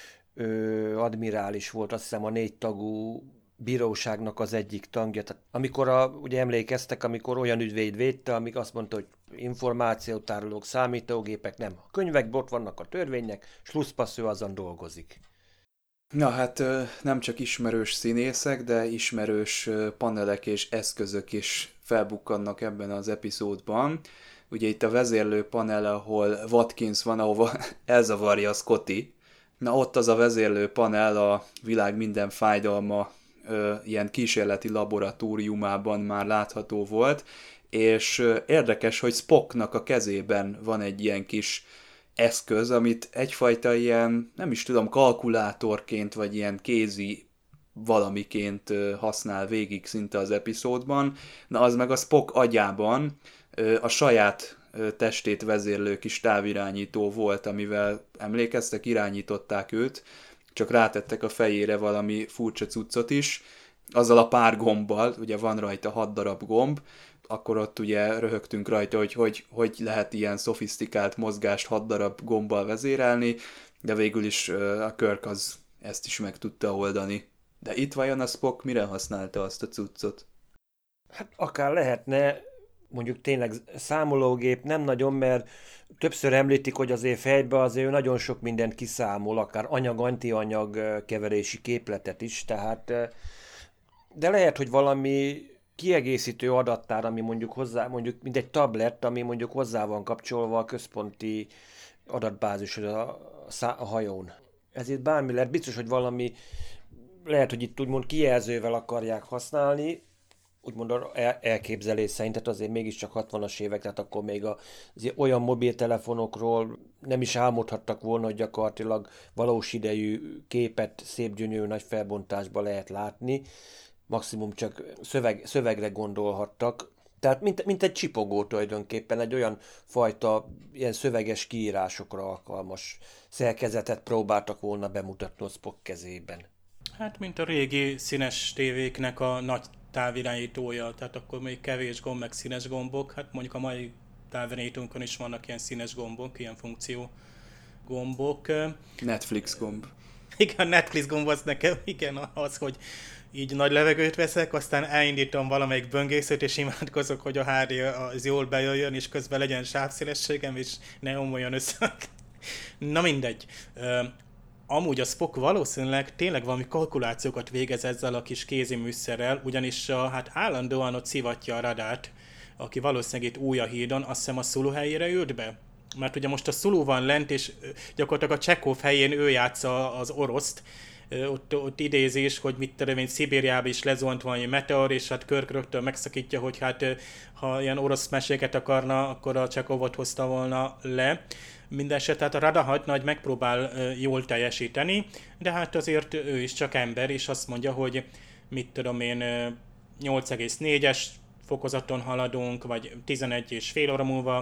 ö, admirális volt, azt hiszem a négy tagú bíróságnak az egyik tagja. Tehát amikor a, ugye emlékeztek, amikor olyan ügyvéd védte, amik azt mondta, hogy információtárolók, számítógépek, nem. A könyvekben ott vannak a törvények, slusszpassző azon dolgozik. Na hát nem csak ismerős színészek, de ismerős panelek és eszközök is felbukkannak ebben az epizódban. Ugye itt a vezérlő panel, ahol Watkins van, ahova elzavarja a Scotty. Na ott az a vezérlő panel a világ minden fájdalma ilyen kísérleti laboratóriumában már látható volt, és érdekes, hogy Spocknak a kezében van egy ilyen kis eszköz, amit egyfajta ilyen, nem is tudom, kalkulátorként, vagy ilyen kézi valamiként használ végig szinte az epizódban. Na az meg a Spock agyában a saját testét vezérlő kis távirányító volt, amivel emlékeztek, irányították őt, csak rátettek a fejére valami furcsa cuccot is, azzal a pár gombbal, ugye van rajta hat darab gomb, akkor ott ugye röhögtünk rajta, hogy hogy, hogy lehet ilyen szofisztikált mozgást hat darab gombbal vezérelni, de végül is a Kirk az ezt is meg tudta oldani. De itt vajon a Spock mire használta azt a cuccot? Hát akár lehetne, mondjuk tényleg számológép, nem nagyon, mert többször említik, hogy azért fejbe azért ő nagyon sok mindent kiszámol, akár anyag-antianyag keverési képletet is, tehát de lehet, hogy valami kiegészítő adattár, ami mondjuk hozzá, mondjuk mint egy tablet, ami mondjuk hozzá van kapcsolva a központi adatbázishoz a, a hajón. Ezért bármi lehet, biztos, hogy valami, lehet, hogy itt úgymond kijelzővel akarják használni, úgymond elképzelés szerint, tehát azért mégiscsak hatvanas évek, tehát akkor még a, olyan mobiltelefonokról nem is álmodhattak volna, hogy gyakorlatilag valós idejű képet szép gyönyörű nagy felbontásban lehet látni, maximum csak szöveg, szövegre gondolhattak. Tehát mint, mint egy csipogó tulajdonképpen, egy olyan fajta ilyen szöveges kiírásokra alkalmas szerkezetet próbáltak volna bemutatni a Spock kezében. Hát mint a régi színes tévéknek a nagy távirányítója, tehát akkor még kevés gomb, meg színes gombok, hát mondjuk a mai távirányítónkon is vannak ilyen színes gombok, ilyen funkció gombok. Netflix gomb. Igen, Netflix gomb az nekem, igen, az, hogy így nagy levegőt veszek, aztán elindítom valamelyik böngészőt, és imádkozok, hogy a há dé az jól bejöjjön, és közben legyen sávszélességem, és ne omoljon össze. Na mindegy. Amúgy a Spock valószínűleg tényleg valami kalkulációkat végez ezzel a kis kézi műszerrel, ugyanis a, hát állandóan ott szivatja a Radát, aki valószínűleg itt új a hídon, azt hiszem a Sulu helyére ült be. Mert ugye most a Sulu van lent, és gyakorlatilag a Csekhov helyén ő játsza az oroszt, ott, ott idézés, hogy mit tudom én, Szibériában is lezuhant valami meteor, és hát Kirk rögtön megszakítja, hogy hát ha ilyen orosz meséket akarna, akkor a Csekhovot hozta volna le. Mindenesetre hát a Rada nagy megpróbál jól teljesíteni, de hát azért ő is csak ember, és azt mondja, hogy mit tudom én, nyolc egész négyes fokozaton haladunk, vagy tizenegy és fél óra múlva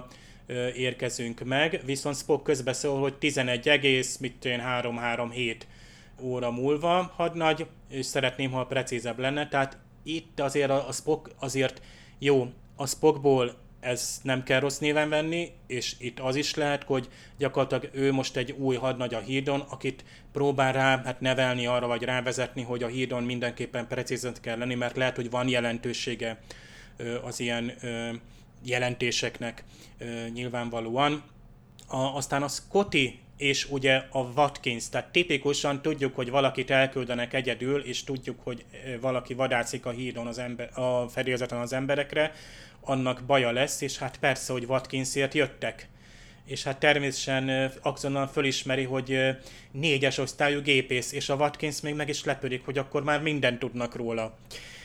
érkezünk meg, viszont Spock közbeszól, hogy tizenegy egész három hét óra múlva hadnagy, és szeretném, ha precízebb lenne, tehát itt azért a Spock azért jó, a Spockból ez nem kell rossz néven venni, és itt az is lehet, hogy gyakorlatilag ő most egy új hadnagy a hídon, akit próbál rá hát nevelni arra, vagy rávezetni, hogy a hídon mindenképpen precízen kell lenni, mert lehet, hogy van jelentősége az ilyen jelentéseknek nyilvánvalóan. A, aztán a Scotty és ugye a Watkins, tehát tipikusan tudjuk, hogy valakit elküldenek egyedül, és tudjuk, hogy valaki vadászik a hídon az ember, a fedélzeten az emberekre, annak baja lesz, és hát persze, hogy Watkinsért jöttek. És hát természetesen azonnal fölismeri, hogy négyes osztályú gépész, és a Watkins még meg is lepődik, hogy akkor már mindent tudnak róla.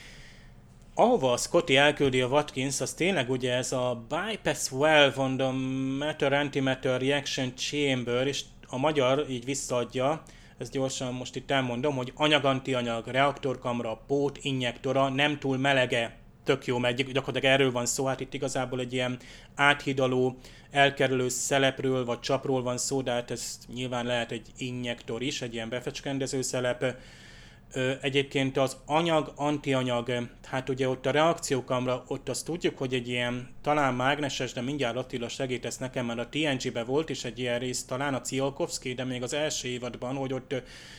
Ahova a Scotty elküldi a Watkins, az tényleg ugye ez a Bypass Valve on the Matter-Antimatter Reaction Chamber, és a magyar így visszaadja, ezt gyorsan most itt elmondom, hogy anyag-antianyag, reaktorkamra, pót, injektora, nem túl melege, tök jó, mert gyakorlatilag erről van szó, hát itt igazából egy ilyen áthidaló, elkerülő szelepről vagy csapról van szó, de hát ez nyilván lehet egy injektor is, egy ilyen befecskendező szelep. Egyébként az anyag, antianyag, hát ugye ott a reakciókamra, ott azt tudjuk, hogy egy ilyen talán mágneses, de mindjárt Attila segítesz nekem, mert a té en gé-be volt is egy ilyen rész, talán a Tsiolkovszky, de még az első évadban, hogy ott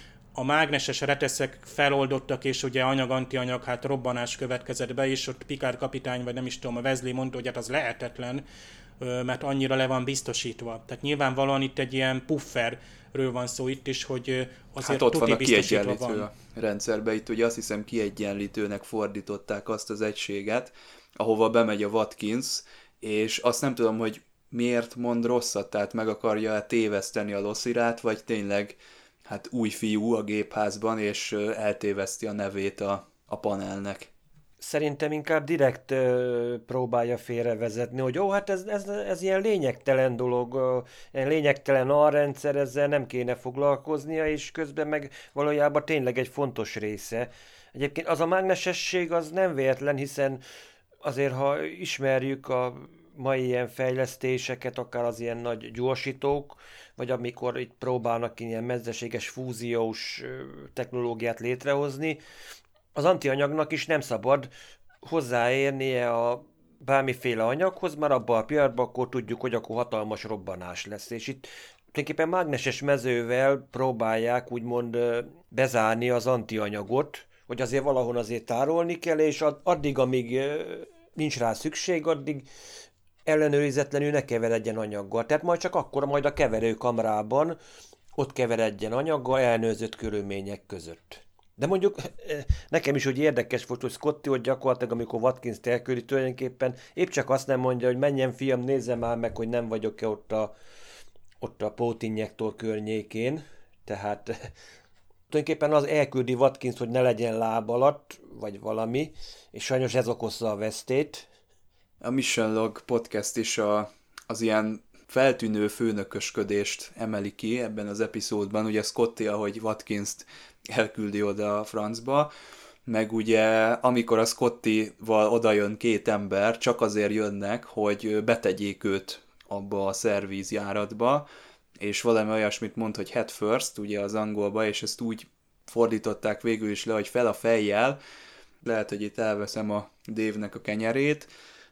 a mágneses reteszek feloldottak, és ugye anyag-antianyag, hát robbanás következett be, és ott Picard kapitány, vagy nem is tudom, a Wesley mondta, hogy hát az lehetetlen, mert annyira le van biztosítva. Tehát nyilvánvalóan itt egy ilyen pufferről van szó itt is, hogy azért hát ott tuti van a biztosítva kiegyenlítő van. a rendszerbe, itt ugye azt hiszem kiegyenlítőnek fordították azt az egységet, ahova bemegy a Watkins, és azt nem tudom, hogy miért mond rosszat, tehát meg akarja téveszteni a Loszirát, vagy tényleg hát új fiú a gépházban, és eltéveszti a nevét a, a panelnek. Szerintem inkább direkt ö, próbálja félrevezetni, hogy ó, hát ez, ez, ez ilyen lényegtelen dolog, ö, ilyen lényegtelen alrendszer, ezzel nem kéne foglalkoznia, és közben meg valójában tényleg egy fontos része. Egyébként az a mágnesesség az nem véletlen, hiszen azért, ha ismerjük a mai ilyen fejlesztéseket, akár az ilyen nagy gyorsítók, vagy amikor itt próbálnak ilyen mezőséges fúziós technológiát létrehozni, az antianyagnak is nem szabad hozzáérnie a bármiféle anyaghoz, mert abban a pillanatban akkor tudjuk, hogy akkor hatalmas robbanás lesz. És itt tulajdonképpen mágneses mezővel próbálják úgymond bezárni az antianyagot, hogy azért valahol azért tárolni kell, és addig, amíg nincs rá szükség, addig ellenőrizetlenül ne keveredjen anyaggal. Tehát majd csak akkor majd a keverőkamrában ott keveredjen anyaggal ellenőrzött körülmények között. De mondjuk nekem is úgy érdekes volt, hogy Scotty, hogy gyakorlatilag amikor Watkins-t elküldi, tulajdonképpen épp csak azt nem mondja, hogy menjen fiam, nézze már meg, hogy nem vagyok-e ott a, ott a pótinjektor környékén. Tehát tulajdonképpen az elküldi Watkins, hogy ne legyen láb alatt, vagy valami, és sajnos ez okozza a vesztét. A Mission Log podcast is a, az ilyen feltűnő főnökösködést emeli ki ebben az epizódban. Ugye Scotty, ahogy Watkins-t elküldi oda a francba, meg ugye amikor a Scotty-val odajön két ember, csak azért jönnek, hogy betegyék őt abba a szervízjáratba, és valami olyasmit mond, hogy head first, ugye az angolba, és ezt úgy fordították végül is le, hogy fel a fejjel. Lehet, hogy itt elveszem a Dave-nek a kenyerét,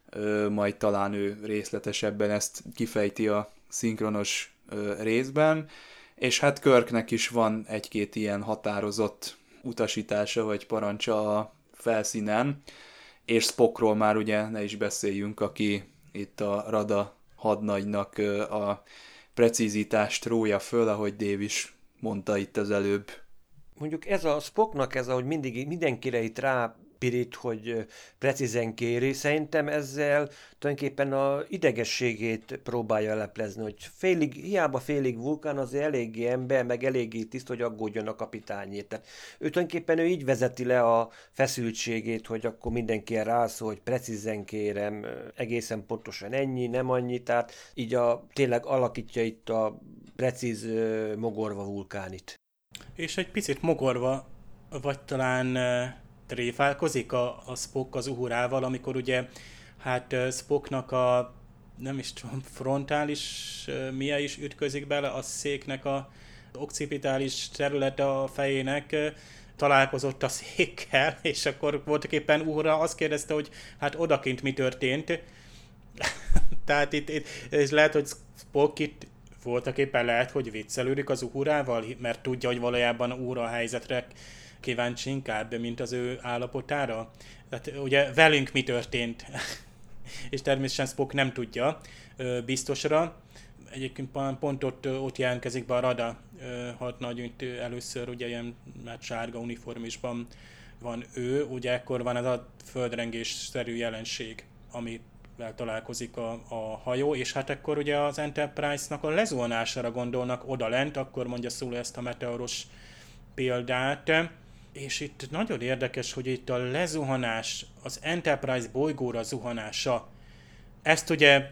majd talán ő részletesebben ezt kifejti a szinkronos részben, és hát Kirknek is van egy-két ilyen határozott utasítása vagy parancsa a felszínen, és Spockról már ugye ne is beszéljünk, aki itt a Rada hadnagynak a precizitást rója föl, ahogy Dave is mondta itt az előbb. Mondjuk ez a Spocknak ez, ahogy mindig mindenkire itt rá pirít, hogy precízen kéri, szerintem ezzel tulajdonképpen a idegességét próbálja leplezni, hogy félig, hiába félig vulkán, azért eléggé ember, meg eléggé tiszt, hogy aggódjon a kapitányért. Tehát ő tulajdonképpen ő így vezeti le a feszültségét, hogy akkor mindenki rászól, hogy precízen kérem, egészen pontosan ennyi, nem annyi, tehát így a, tényleg alakítja itt a precíz mogorva vulkánit. És egy picit mogorva, vagy talán tréfálkozik a, a Spock az Uhurával, amikor ugye hát Spocknak a nem is tudom, frontális milyen is ütközik bele, a széknek a occipitális területe a fejének találkozott a székkel, és akkor voltak éppen Uhura azt kérdezte, hogy hát odakint mi történt. Tehát itt, itt és lehet, hogy Spock itt voltak éppen lehet, hogy viccelődik az Uhurával, mert tudja, hogy valójában Uhura a helyzetre kíváncsi inkább, mint az ő állapotára. Tehát ugye velünk mi történt, és természetesen Spock nem tudja biztosra. Egyébként pont ott, ott jelentkezik be a Rada hadnagy, először ugye ilyen hát sárga uniformisban van ő, ugye ekkor van ez a földrengésszerű jelenség, amivel találkozik a, a hajó, és hát akkor ugye az Enterprise-nak a lezuhanására gondolnak odalent, akkor mondja Sulu ezt a meteoros példát, és itt nagyon érdekes, hogy itt a lezuhanás, az Enterprise bolygóra zuhanása, ezt ugye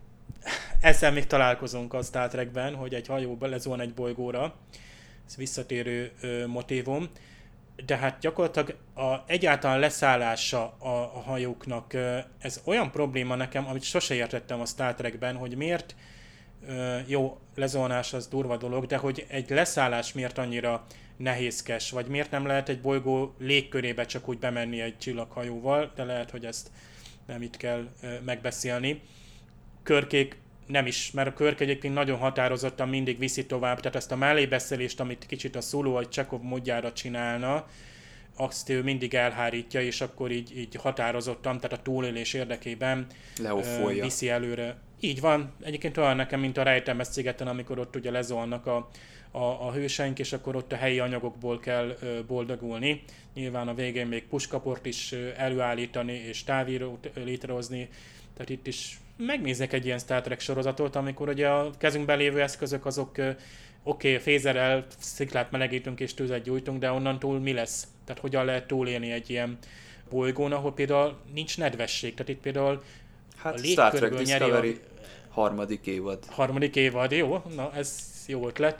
ezzel még találkozunk a Star Trekben, hogy egy hajóba lezuhan egy bolygóra, ez visszatérő ö, motívum, de hát gyakorlatilag a egyáltalán leszállása a, a hajóknak, ö, ez olyan probléma nekem, amit sose értettem a Star Trekben, hogy miért, ö, jó, lezuhanás az durva dolog, de hogy egy leszállás miért annyira nehézkes, vagy miért nem lehet egy bolygó légkörébe csak úgy bemenni egy csillaghajóval, de lehet, hogy ezt nem itt kell ö, megbeszélni. Körkék nem is, mert a Körk egyébként nagyon határozottan mindig viszi tovább, tehát ezt a mellébeszélést, amit kicsit a Sulu vagy Chekhov módjára csinálna, azt ő mindig elhárítja, és akkor így, így határozottan, tehát a túlélés érdekében ö, viszi előre. Így van, egyébként olyan nekem, mint a Rejtelmes szigeten, amikor ott ugye lezuhannak a, a, a hőseink, és akkor ott a helyi anyagokból kell ö, boldogulni. Nyilván a végén még puskaport is ö, előállítani, és távírót létrehozni, tehát itt is megnéznek egy ilyen Star Trek sorozatot, amikor ugye a kezünkben lévő eszközök azok oké, okay, fézerrel sziklát melegítünk és tüzet gyújtunk, de onnan túl mi lesz? Tehát hogyan lehet túlélni egy ilyen bolygón, ahol például nincs nedvesség. Tehát itt például hát a Star Trek légkörből Discovery nyeri a... harmadik évad. Harmadik évad, jó, na ez jó ötlet.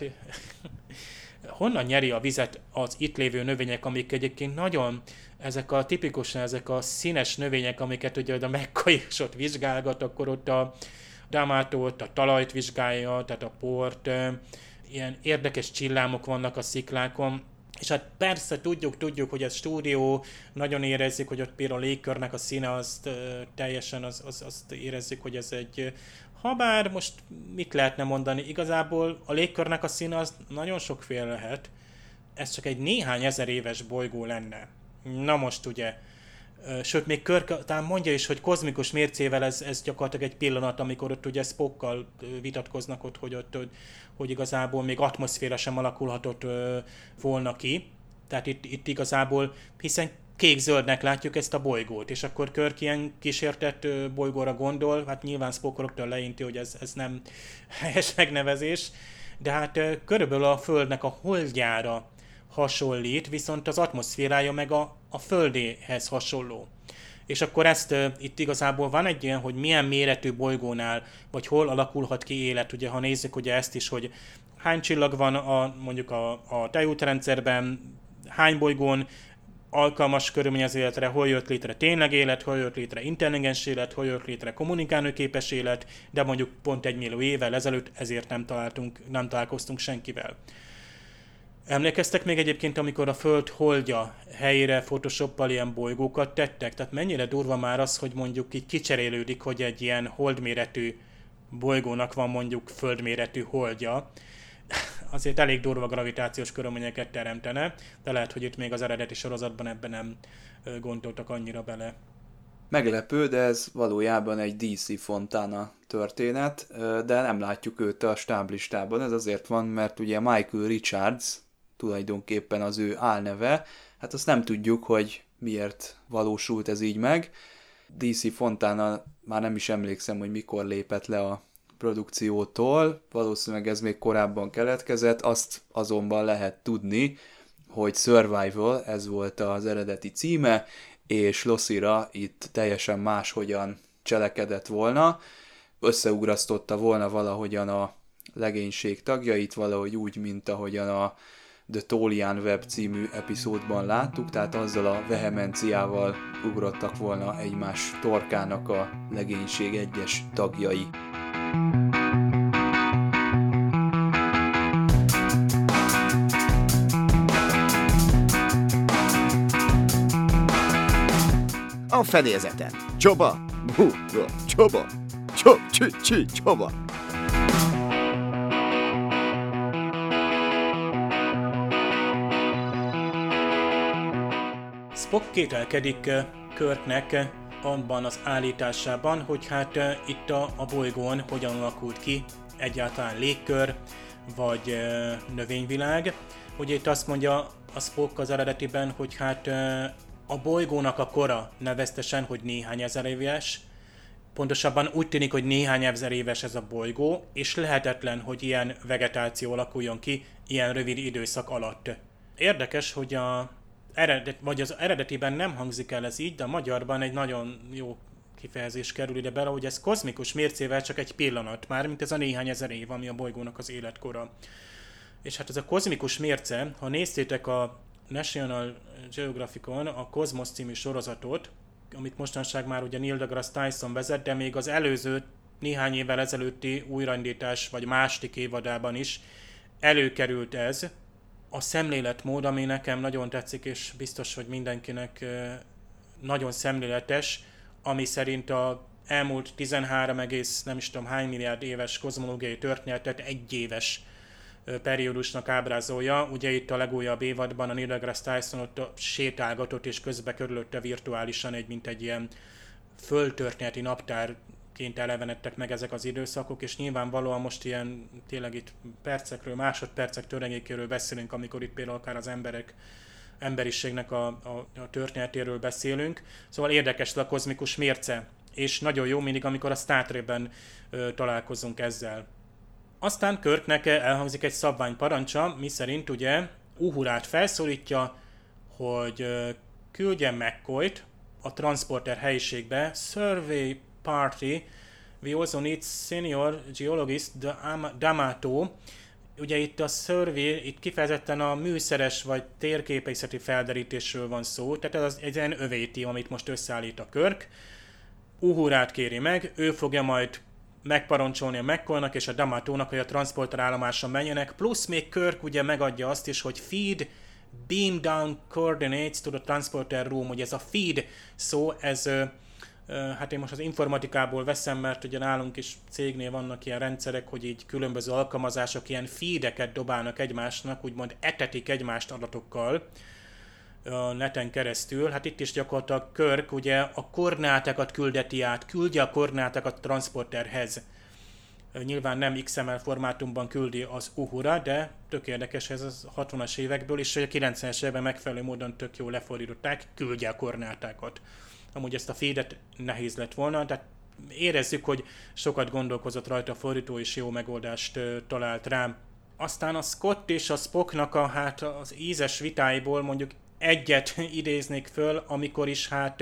Honnan nyeri a vizet az itt lévő növények, amik egyébként nagyon, ezek a tipikusan ezek a színes növények, amiket ugye a McCoy is ott vizsgálgat, akkor ott a D'Amato ott a talajt vizsgálja, tehát a port, ilyen érdekes csillámok vannak a sziklákon, és hát persze tudjuk, tudjuk, hogy ez stúdió, nagyon érezzük, hogy ott például a légkörnek a színe, azt teljesen az, az, azt érezzük, hogy ez egy, habár most mit lehetne mondani, igazából a légkörnek a színe az nagyon sokféle lehet, ez csak egy néhány ezer éves bolygó lenne. Na most ugye, sőt még Kirk talán mondja is, hogy kozmikus mércével ez, ez gyakorlatilag egy pillanat, amikor ott ugye Spockkal vitatkoznak ott, hogy ott, hogy, hogy igazából még atmoszféra sem alakulhatott volna ki. Tehát itt, itt igazából, hiszen kék-zöldnek látjuk ezt a bolygót, és akkor Kirk ilyen kísértett bolygóra gondol, hát nyilván Spock rögtön leinti, hogy ez, ez nem helyes megnevezés, de hát körülbelül a Földnek a holdjára hasonlít, viszont az atmoszférája meg a, a Földéhez hasonló. És akkor ezt uh, itt igazából van egy ilyen, hogy milyen méretű bolygónál, vagy hol alakulhat ki élet, ugye ha nézzük ugye ezt is, hogy hány csillag van a, mondjuk a, a tejútrendszerben, hány bolygón alkalmas körülmény az életre, hol jött létre tényleg élet, hol jött létre intelligens élet, hol jött létre kommunikálóképes élet, de mondjuk pont egy millió évvel ezelőtt ezért nem találtunk, nem találkoztunk senkivel. Emlékeztek még egyébként, amikor a Föld holdja helyére photoshoppal ilyen bolygókat tettek? Tehát mennyire durva már az, hogy mondjuk így kicserélődik, hogy egy ilyen holdméretű bolygónak van mondjuk földméretű holdja. Azért elég durva gravitációs körülményeket teremtene, de lehet, hogy itt még az eredeti sorozatban ebben nem gondoltak annyira bele. Meglepő, de ez valójában egy dé cé Fontana történet, de nem látjuk őt a stáblistában. Ez azért van, mert ugye Michael Richards tulajdonképpen az ő álneve, hát azt nem tudjuk, hogy miért valósult ez így meg. dé cé Fontana, már nem is emlékszem, hogy mikor lépett le a produkciótól, valószínűleg ez még korábban keletkezett, azt azonban lehet tudni, hogy Survival, ez volt az eredeti címe, és Lossira itt teljesen máshogyan cselekedett volna, összeugrasztotta volna valahogyan a legénység tagjait, valahogy úgy, mint ahogyan a The Tolian Web című epizódban láttuk, tehát azzal a vehemenciával ugrottak volna egymás torkának a legénység egyes tagjai. A fedélzeten. Csoba! Hú, csoba! Csob, csü, csü, csoba! Spock kételkedik Kirknek abban az állításában, hogy hát itt a, a bolygón hogyan alakult ki egyáltalán légkör, vagy növényvilág. Ugye itt azt mondja a Spock az eredetiben, hogy hát a bolygónak a kora neveztesen, hogy néhány ezer éves, pontosabban úgy tűnik, hogy néhány ezer éves ez a bolygó, és lehetetlen, hogy ilyen vegetáció alakuljon ki ilyen rövid időszak alatt. Érdekes, hogy a eredet, vagy az eredetiben nem hangzik el ez így, de a magyarban egy nagyon jó kifejezés kerül ide bele, hogy ez kozmikus mércével csak egy pillanat, már mint ez a néhány ezer év, ami a bolygónak az életkora. És hát ez a kozmikus mérce, ha néztétek a National Geographicon a Cosmos című sorozatot, amit mostanság már ugye Neil deGrasse Tyson vezet, de még az előző néhány évvel ezelőtti újraindítás vagy második évadában is előkerült ez. A szemléletmód, ami nekem nagyon tetszik, és biztos, hogy mindenkinek nagyon szemléletes, ami szerint a elmúlt tizenhárom egész nem is tudom hány milliárd éves kozmológiai történetet egy éves periódusnak ábrázolja. Ugye itt a legújabb évadban a Neil deGrasse Tyson ott sétálgatott, és közben körülötte virtuálisan egy, mint egy ilyen földtörténeti naptárként elevenedtek meg ezek az időszakok, és nyilvánvalóan most ilyen tényleg itt percekről, másodpercek töredékéről beszélünk, amikor itt például akár az emberek, emberiségnek a, a, a történetéről beszélünk. Szóval érdekes a kozmikus mérce, és nagyon jó mindig, amikor a Star Trekben ö, találkozunk ezzel. Aztán Kirknek elhangzik egy szabványparancsa, miszerint ugye Uhurát felszólítja, hogy küldje McCoy-t a transporter helyiségbe. Survey party, we also need senior geologist D'Amato. Ugye itt a survey, itt kifejezetten a műszeres vagy térképészeti felderítésről van szó, tehát ez egy ilyen övéti, amit most összeállít a Kirk. Uhurát kéri meg, ő fogja majd megparancsolni a McCoy-nak és a D'Amatónak, hogy a transporter állomáson menjenek, plusz még Kirk ugye megadja azt is, hogy feed beam down coordinates to the transporter room, hogy ez a feed szó, ez hát én most az informatikából veszem, mert ugye nálunk is cégnél vannak ilyen rendszerek, hogy így különböző alkalmazások ilyen feedeket dobálnak egymásnak, úgymond etetik egymást adatokkal a neten keresztül. Hát itt is gyakorlatilag Kirk ugye a koordinátákat küldeti át, küldje a koordinátákat a transporterhez. Nyilván nem iksz em el formátumban küldi az Uhura, de tök érdekes ez a hatvanas évekből, és a kilencvenes években megfelelő módon tök jól lefordították, küldje a koordinátákat. Amúgy ezt a feedet nehéz lett volna, de érezzük, hogy sokat gondolkozott rajta a fordító, és jó megoldást talált rám. Aztán a Scott és a Spocknak a, hát az ízes vitáiból mondjuk egyet idéznék föl, amikor is hát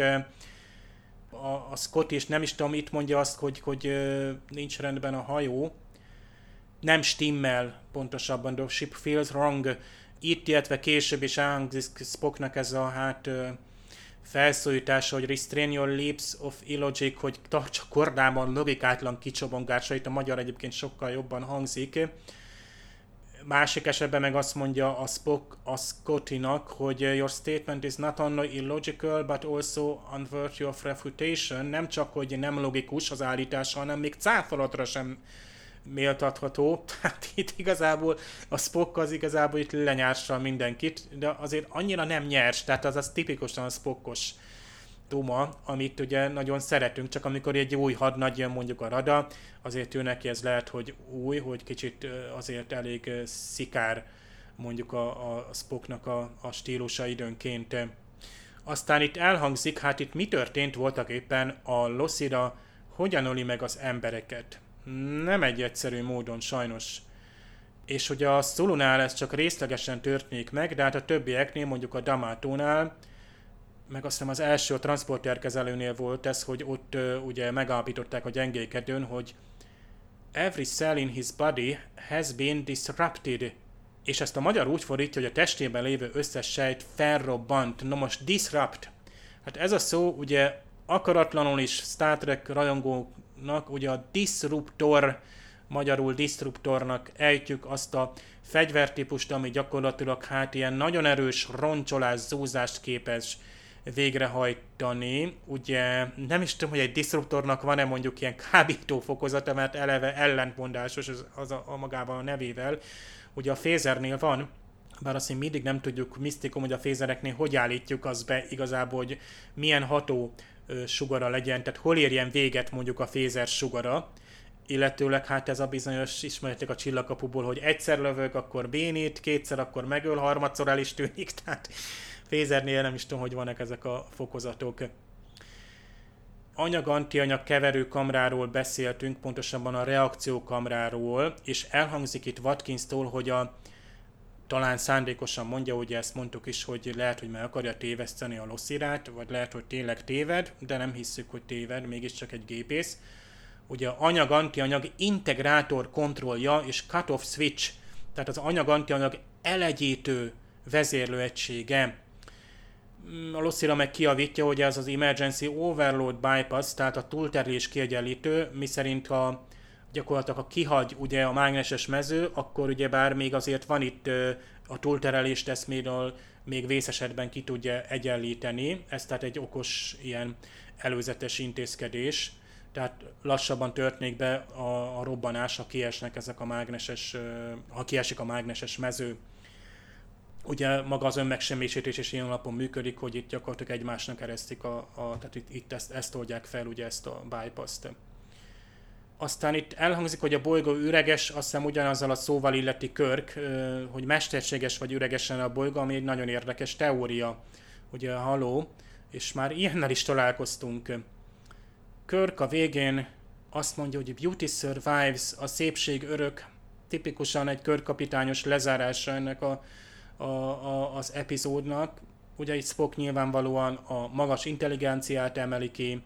a, a Scott is nem is tudom, itt mondja azt, hogy, hogy nincs rendben a hajó, nem stimmel pontosabban, the ship feels wrong. Itt, illetve később is elhangzik Spocknak ez a hát felszólítása, hogy restrain your lips of illogic, hogy tartsa kordában logikátlan kicsobongásait, a magyar egyébként sokkal jobban hangzik. Másik esetben meg azt mondja a Spock a Scottinak, hogy your statement is not only illogical, but also unworthy of refutation. Nem csak, hogy nem logikus az állítása, hanem még cáfolatra sem méltatható. Tehát itt igazából a Spock az igazából itt lenyárssal mindenkit, de azért annyira nem nyers, tehát az az tipikusan a Spockos duma, amit ugye nagyon szeretünk, csak amikor egy új hadnagy jön mondjuk a Rada, azért ő neki ez lehet, hogy új, hogy kicsit azért elég szikár mondjuk a, a Spocknak a, a stílusa időnként. Aztán itt elhangzik, hát itt mi történt voltak éppen a Lossira, hogyan öli meg az embereket. Nem egy egyszerű módon sajnos. És ugye a Zulunál ez csak részlegesen történik meg, de hát a többieknél, mondjuk a D'Amatónál, meg azt hiszem az első a transporterkezelőnél volt ez, hogy ott uh, ugye megállapították a gyengékedőn, hogy every cell in his body has been disrupted és ezt a magyar úgy fordítja, hogy a testében lévő összes sejt felrobbant. No most disrupt. Hát ez a szó ugye akaratlanul is Star Trek rajongóknak ugye a disruptor, magyarul disruptornak ejtjük azt a fegyvertípust, ami gyakorlatilag hát ilyen nagyon erős roncsolás, zúzást képes végrehajtani. Ugye nem is tudom, hogy egy disruptornak van-e mondjuk ilyen kábító fokozata, mert eleve ellentmondásos az, az a, a magában a nevével. Ugye a fézernél van, bár azt mindig nem tudjuk misztikum, hogy a fézereknél hogy állítjuk az be igazából, hogy milyen ható ö, sugara legyen, tehát hol érjen véget mondjuk a fézer sugara, illetőleg hát ez a bizonyos, ismerjétek a Csillagkapuból, hogy egyszer lövök, akkor bénít, kétszer, akkor megöl, harmadszor el is tűnik, tehát fézernél nem is tudom, hogy vannak ezek a fokozatok. Anyag-antianyag keverőkamráról beszéltünk, pontosabban a reakciókamráról, és elhangzik itt Watkins-tól, hogy a talán szándékosan mondja, ugye ezt mondtuk is, hogy lehet, hogy meg akarja téveszteni a losszirát, vagy lehet, hogy tényleg téved, de nem hisszük, hogy téved, mégiscsak egy gépész. Ugye anyag-antianyag integrátor kontrollja és cut-off switch, tehát az anyag-antianyag elegyítő vezérlőegysége. A losszira meg kiavítja, hogy ez az emergency overload bypass, tehát a túlterhelés kiegyenlítő, miszerint a gyakorlatilag ha kihagy ugye a mágneses mező, akkor ugyebár még azért van itt a túlterhelést, ezt még, még vész esetben ki tudja egyenlíteni. Ez tehát egy okos ilyen előzetes intézkedés. Tehát lassabban történik be a, a robbanás, ha kiesnek ezek a mágneses, ha kiesik a mágneses mező. Ugye maga az önmegsemmisítés is ilyen alapon működik, hogy itt gyakorlatilag egymásnak eresztik, a, a, tehát itt, itt ezt, ezt oldják fel, ugye ezt a bypass-t. Aztán itt elhangzik, hogy a bolygó üreges, azt hiszem ugyanazzal a szóval illeti Kirk, hogy mesterséges vagy üregesen a bolygó, ami egy nagyon érdekes teória. Ugye haló, és már ilyennel is találkoztunk. Kirk a végén azt mondja, hogy beauty survives, a szépség örök, tipikusan egy Kirk-kapitányos lezárása ennek a, a, a, az epizódnak. Ugye itt Spock nyilvánvalóan a magas intelligenciát emeli ki.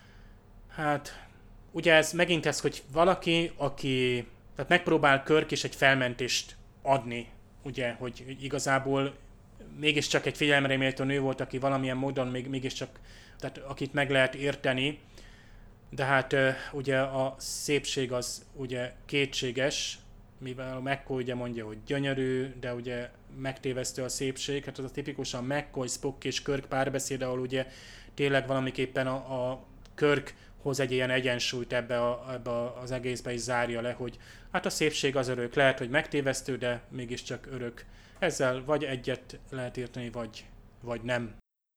Hát, ugye ez megint ez, hogy valaki, aki, tehát megpróbál Kirk is egy felmentést adni, ugye, hogy igazából mégiscsak egy figyelemre méltó nő volt, aki valamilyen módon még, mégiscsak, tehát akit meg lehet érteni, de hát ugye a szépség az ugye kétséges, mivel a McCoy ugye mondja, hogy gyönyörű, de ugye megtévesztő a szépség, hát az a tipikusan McCoy, Spock és Kirk párbeszéd, ahol ugye tényleg valamiképpen a, a Kirk hoz egy ilyen egyensúlyt ebbe, a, ebbe az egészbe is zárja le, hogy hát a szépség az örök, lehet, hogy megtévesztő, de mégiscsak örök. Ezzel vagy egyet lehet érteni, vagy, vagy nem.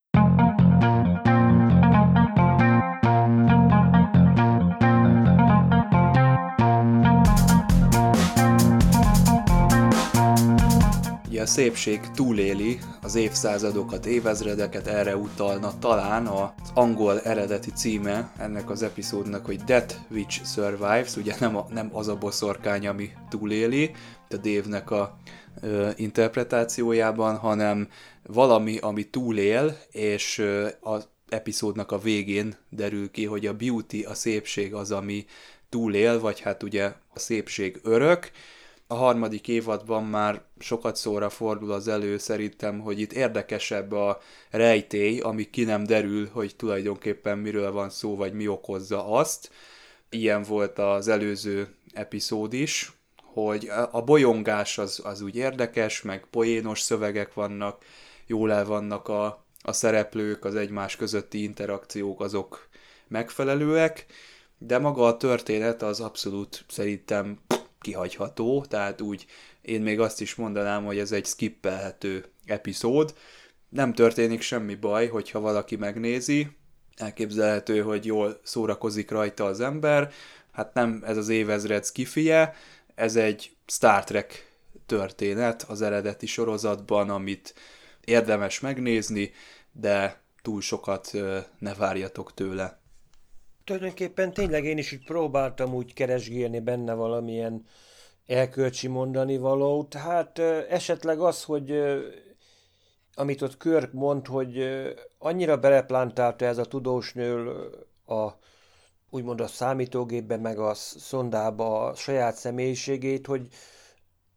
A szépség túléli az évszázadokat, évezredeket, erre utalna talán az angol eredeti címe ennek az epizódnak, hogy That Which Survives, ugye nem, a, nem az a boszorkány, ami túléli, a Dave-nek a ö, interpretációjában, hanem valami, ami túlél, és ö, az epizódnak a végén derül ki, hogy a beauty, a szépség az, ami túlél, vagy hát ugye a szépség örök. A harmadik évadban már sokat szóra fordul az elő szerintem, hogy itt érdekesebb a rejtély, ami ki nem derül, hogy tulajdonképpen miről van szó, vagy mi okozza azt. Ilyen volt az előző epizód is, hogy a bolyongás az, az úgy érdekes, meg poénos szövegek vannak, jól el vannak a, a szereplők, az egymás közötti interakciók azok megfelelőek, de maga a történet az abszolút szerintem kihagyható, tehát úgy én még azt is mondanám, hogy ez egy skippelhető epizód. Nem történik semmi baj, hogyha valaki megnézi, elképzelhető, hogy jól szórakozik rajta az ember, hát nem ez az évezred skifije, ez egy Star Trek történet az eredeti sorozatban, amit érdemes megnézni, de túl sokat ne várjatok tőle. Tulajdonképpen tényleg én is így próbáltam úgy keresgélni benne valamilyen elkölcsi mondani valót. Hát esetleg az, hogy amit ott Kirk mond, hogy annyira beleplantálta ez a tudósnő a, úgymond a számítógépbe, meg a szondába a saját személyiségét, hogy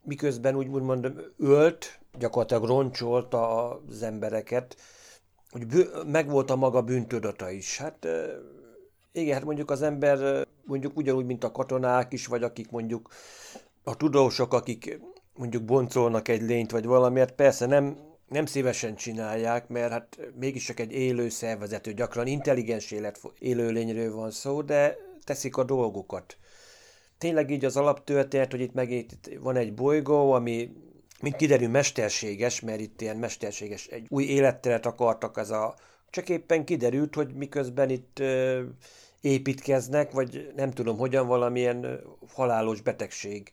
miközben úgy mondom ölt, gyakorlatilag roncsolt az embereket, hogy bő, megvolt a maga bűntudata is. Hát igen, hát mondjuk az ember mondjuk ugyanúgy, mint a katonák is, vagy akik mondjuk a tudósok, akik mondjuk boncolnak egy lényt, vagy valamiért, persze nem, nem szívesen csinálják, mert hát mégis csak egy élő szervezetű, gyakran intelligens élet élőlényről van szó, de teszik a dolgokat. Tényleg így az alaptörténet, hogy itt megint van egy bolygó, ami mint kiderül mesterséges, mert itt ilyen mesterséges, egy új életteret akartak, ez a... csak éppen kiderült, hogy miközben itt ö, építkeznek, vagy nem tudom hogyan, valamilyen halálos betegség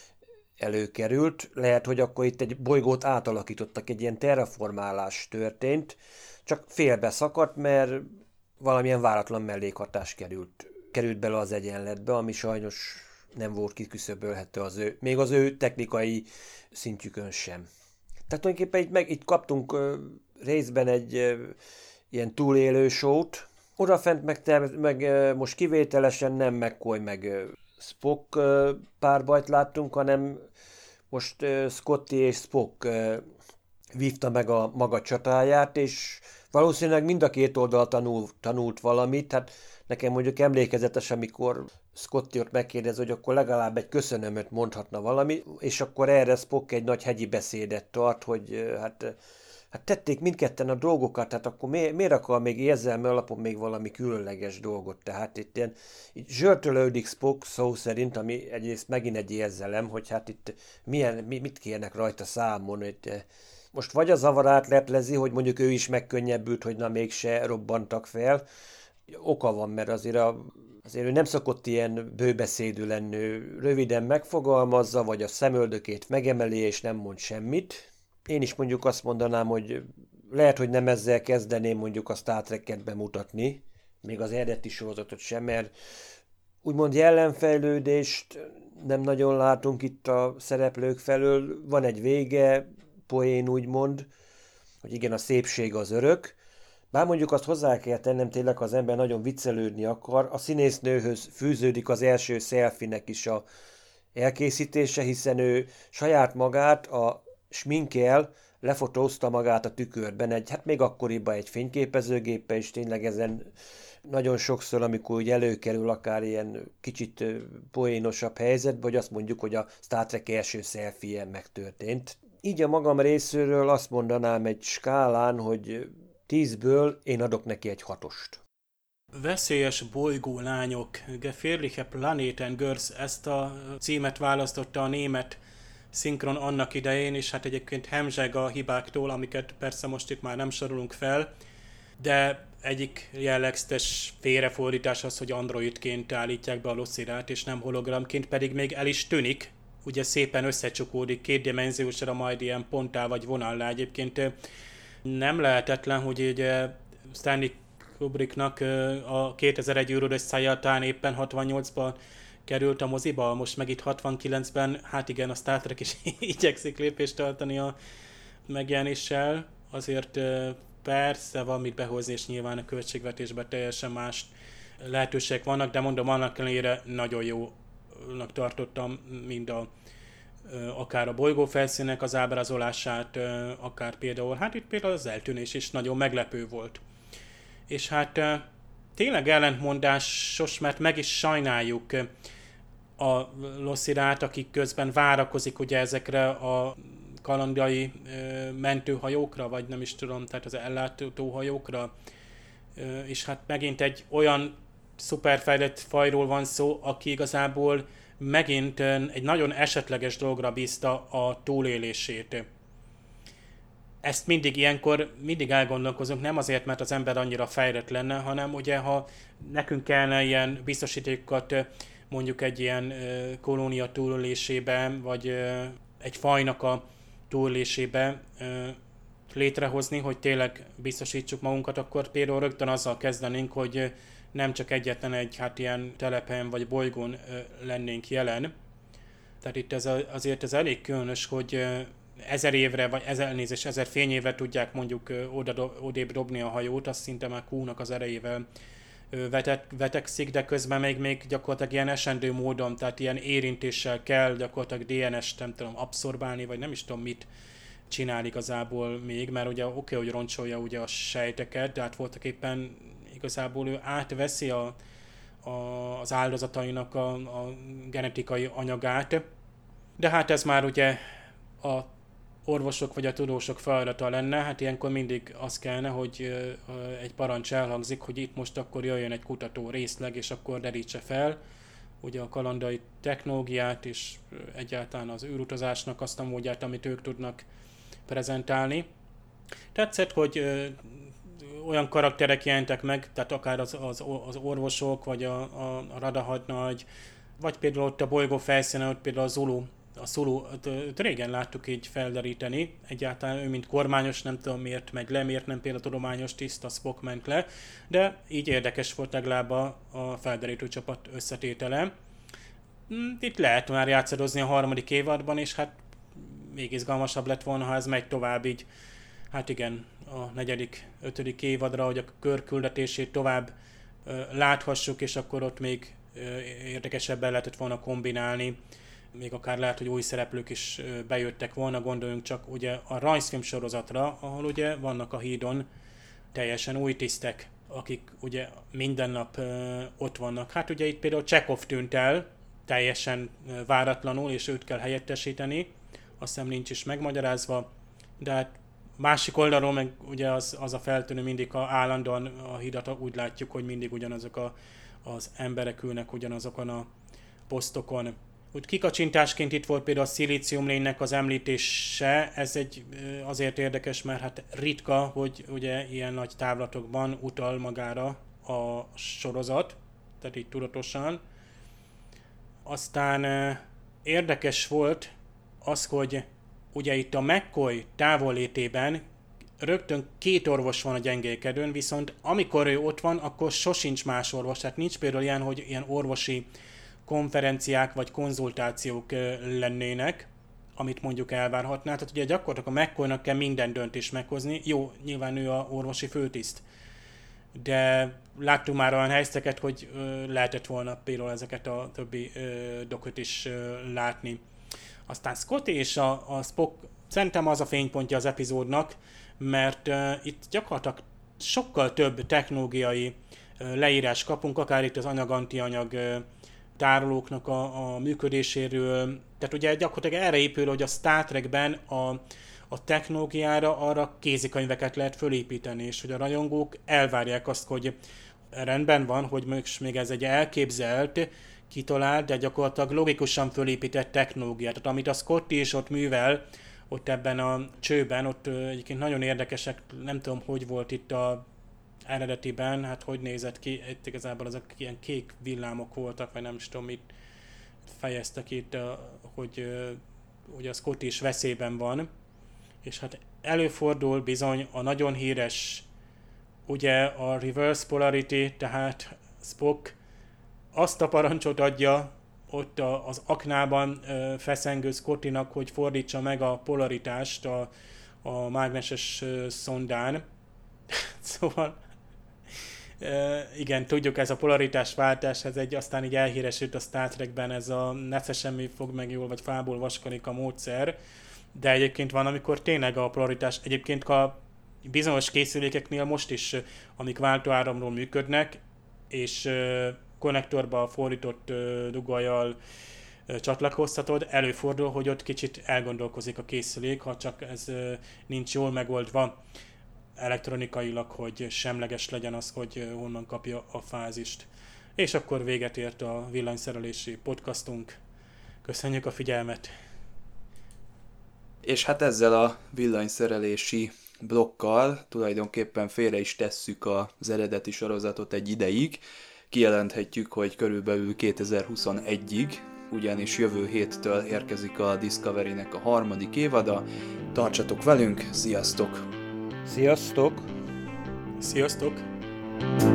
előkerült. Lehet, hogy akkor itt egy bolygót átalakítottak, egy ilyen terraformálás történt, csak félbe szakadt, mert valamilyen váratlan mellékhatás került, került bele az egyenletbe, ami sajnos nem volt kiküszöbölhető az ő, még az ő technikai szintjükön sem. Tehát tulajdonképpen itt, meg, itt kaptunk ö, részben egy ö, ilyen túlélő sót, odafent meg, ter- meg ö, most kivételesen nem McCoy meg ö, Spock ö, párbajt láttunk, hanem most ö, Scotty és Spock ö, vívta meg a maga csatáját, és valószínűleg mind a két oldal tanul, tanult valamit. Hát nekem mondjuk emlékezetes, amikor Scotty ott megkérdez, hogy akkor legalább egy köszönömöt mondhatna valami, és akkor erre Spock egy nagy hegyi beszédet tart, hogy hát, hát tették mindketten a dolgokat, hát akkor mi, miért akar még érzelmi alapon még valami különleges dolgot? Tehát itt ilyen itt zsörtölődik Spock szó szerint, ami egyrészt megint egy érzelem, hogy hát itt milyen, mit kérnek rajta számon, hogy most vagy a zavarát leplezi, hogy mondjuk ő is megkönnyebbült, hogy na mégse robbantak fel. Oka van, mert azért, a, azért ő nem szokott ilyen bőbeszédű lenni, röviden megfogalmazza, vagy a szemöldökét megemeli, és nem mond semmit. Én is mondjuk azt mondanám, hogy lehet, hogy nem ezzel kezdeném mondjuk a Star Trek-et bemutatni, még az eredeti sorozatot sem, mert úgymond jelenfejlődést nem nagyon látunk itt a szereplők felől. Van egy vége, poén úgymond, hogy igen, a szépség az örök. Bár mondjuk azt hozzá kell tennem, tényleg az ember nagyon viccelődni akar, a színésznőhöz fűződik az első selfie-nek is a elkészítése, hiszen ő saját magát a sminkkel lefotózta magát a tükörben, egy, hát még akkoriban egy fényképezőgéppel, és tényleg ezen nagyon sokszor, amikor úgy előkerül akár ilyen kicsit poénosabb helyzetben, hogy azt mondjuk, hogy a Star Trek első selfie megtörtént. Így a magam részéről azt mondanám egy skálán, hogy tízből én adok neki egy hatost. Veszélyes bolygó lányok, Gefährliche Planeten Girls, ezt a címet választotta a német szinkron annak idején, és hát egyébként hemzseg a hibáktól, amiket persze most itt már nem sorolunk fel, de egyik jellegzetes félrefordítás az, hogy androidként állítják be a Lossirát, és nem hologramként, pedig még el is tűnik, ugye szépen összecsukódik kétdimenziósra, majd ilyen ponttá vagy vonallá. Egyébként nem lehetetlen, hogy ugye Stanley Kubricknak a kétezer-egy űrőrös szája talán éppen hatvannyolcban került a moziba, most meg itt hatvankilencben, hát igen, a Star Trek is igyekszik lépést tartani a megjelenéssel, azért persze van mit behozni, és nyilván a költségvetésben teljesen más lehetőségek vannak, de mondom, annak ellenére nagyon jónak tartottam mind a akár a bolygófelszínek az ábrázolását, akár például, hát itt például az eltűnés is nagyon meglepő volt. És hát tényleg ellentmondásos, mert meg is sajnáljuk a Lossirát, akik közben várakozik ugye ezekre a kalandai mentőhajókra, vagy nem is tudom, tehát az ellátóhajókra, és hát megint egy olyan szuperfejlett fajról van szó, aki igazából megint egy nagyon esetleges dologra bízta a túlélését. Ezt mindig ilyenkor, mindig elgondolkozunk, nem azért, mert az ember annyira fejlett lenne, hanem ugye, ha nekünk kellene ilyen biztosítékokat mondjuk egy ilyen kolónia túlélésébe, vagy egy fajnak a túlélésébe létrehozni, hogy tényleg biztosítsuk magunkat, akkor például rögtön azzal kezdenénk, hogy nem csak egyetlen egy hát ilyen telepen vagy bolygón lennénk jelen. Tehát itt ez a, azért ez elég különös, hogy ezer évre, vagy ezer nézés, ezer fényévre tudják mondjuk oda, odébb dobni a hajót, azt szinte már Q-nak az erejével vetek, vetekszik, de közben még, még gyakorlatilag ilyen esendő módon, tehát ilyen érintéssel kell gyakorlatilag dé en es-t nem tudom abszorbálni, vagy nem is tudom mit csinál igazából még, mert ugye oké, okay, hogy roncsolja ugye a sejteket, de hát voltak éppen igazából ő átveszi a, a, az áldozatainak a, a genetikai anyagát, de hát ez már ugye a orvosok vagy a tudósok feladata lenne, hát ilyenkor mindig az kellene, hogy egy parancs elhangzik, hogy itt most akkor jöjjön egy kutató részleg, és akkor derítse fel ugye a kalandai technológiát, és egyáltalán az űrutazásnak azt a módját, amit ők tudnak prezentálni. Tetszett, hogy ö, olyan karakterek jelentek meg, tehát akár az, az, az orvosok, vagy a, a, a radahadnagy, vagy például ott a bolygó felszínen, ott például a Zulu, a Zulu, régen láttuk így felderíteni, egyáltalán ő mint kormányos, nem tudom miért megy le, miért nem például tudományos tiszt, a Spock ment le, de így érdekes volt legalább a, a felderítő csapat összetétele. Itt lehet már játszadozni a harmadik évadban, és hát még izgalmasabb lett volna, ha ez megy tovább így, hát igen, a negyedik, ötödik évadra, hogy a körküldetését tovább ö, láthassuk, és akkor ott még ö, érdekesebben lehetett volna kombinálni, még akár lehet, hogy új szereplők is ö, bejöttek volna, gondoljunk csak ugye a rajzfilm sorozatra, ahol ugye vannak a hídon teljesen új tisztek, akik ugye minden nap ö, ott vannak. Hát ugye itt például Chekhov tűnt el, teljesen ö, váratlanul, és őt kell helyettesíteni, azt hiszem nincs is megmagyarázva, de hát másik oldalról meg ugye az, az a feltűnő mindig, ha állandóan a hidat úgy látjuk, hogy mindig ugyanazok a, az emberek ülnek ugyanazokon a posztokon. Úgy kikacsintásként itt volt például a szilíciumlénynek az említése, ez egy azért érdekes, mert hát ritka, hogy ugye ilyen nagy távlatokban utal magára a sorozat, tehát így tudatosan. Aztán érdekes volt az, hogy ugye itt a McCoy távollétében rögtön két orvos van a gyengélkedőn, viszont amikor ő ott van, akkor sosincs más orvos. Tehát nincs például ilyen, hogy ilyen orvosi konferenciák vagy konzultációk lennének, amit mondjuk elvárhatná. Tehát ugye gyakorlatilag a McCoynak kell minden döntést meghozni. Jó, nyilván ő a orvosi főtiszt. De láttunk már olyan helyzeteket, hogy ö, lehetett volna például ezeket a többi ö, dokot is ö, látni. Aztán Scotty és a, a Spock szerintem az a fénypontja az epizódnak, mert uh, itt gyakorlatilag sokkal több technológiai uh, leírás kapunk, akár itt az anyag-antianyag uh, tárolóknak a, a működéséről. Tehát ugye gyakorlatilag erre épül, hogy a Star Trekben a, a technológiára arra kézikönyveket lehet fölépíteni, és hogy a rajongók elvárják azt, hogy rendben van, hogy még ez egy elképzelt, kitalált, de gyakorlatilag logikusan fölépített technológia. Tehát amit a Scotty is ott művel, ott ebben a csőben, ott egyébként nagyon érdekesek, nem tudom, hogy volt itt a eredetiben, hát hogy nézett ki, itt igazából azok ilyen kék villámok voltak, vagy nem is tudom, mit fejeztek itt, hogy ugye a Scotty is veszélyben van, és hát előfordul bizony a nagyon híres, ugye a reverse polarity, tehát Spock azt a parancsot adja ott a, az aknában ö, feszengő Scottynak, hogy fordítsa meg a polaritást a, a mágneses ö, szondán. Szóval ö, igen, tudjuk, ez a polaritásváltás, ez egy aztán így elhíresült a Star Trekben, ez a nesze semmi fog meg jól, vagy fából vaskonik a módszer, de egyébként van, amikor tényleg a polaritás, egyébként a bizonyos készülékeknél most is, amik váltóáramról működnek, és ö, konnektorba fordított uh, dugajjal uh, csatlakoztatod, előfordul, hogy ott kicsit elgondolkozik a készülék, ha csak ez uh, nincs jól megoldva elektronikailag, hogy semleges legyen az, hogy uh, honnan kapja a fázist. És akkor véget ért a villanyszerelési podcastunk. Köszönjük a figyelmet! És hát ezzel a villanyszerelési blokkal tulajdonképpen félre is tesszük az eredeti sorozatot egy ideig. Kijelenthetjük, hogy körülbelül kétezer-huszonegyig, ugyanis jövő héttől érkezik a Discovery-nek a harmadik évada. Tartsatok velünk, sziasztok! Sziasztok! Sziasztok!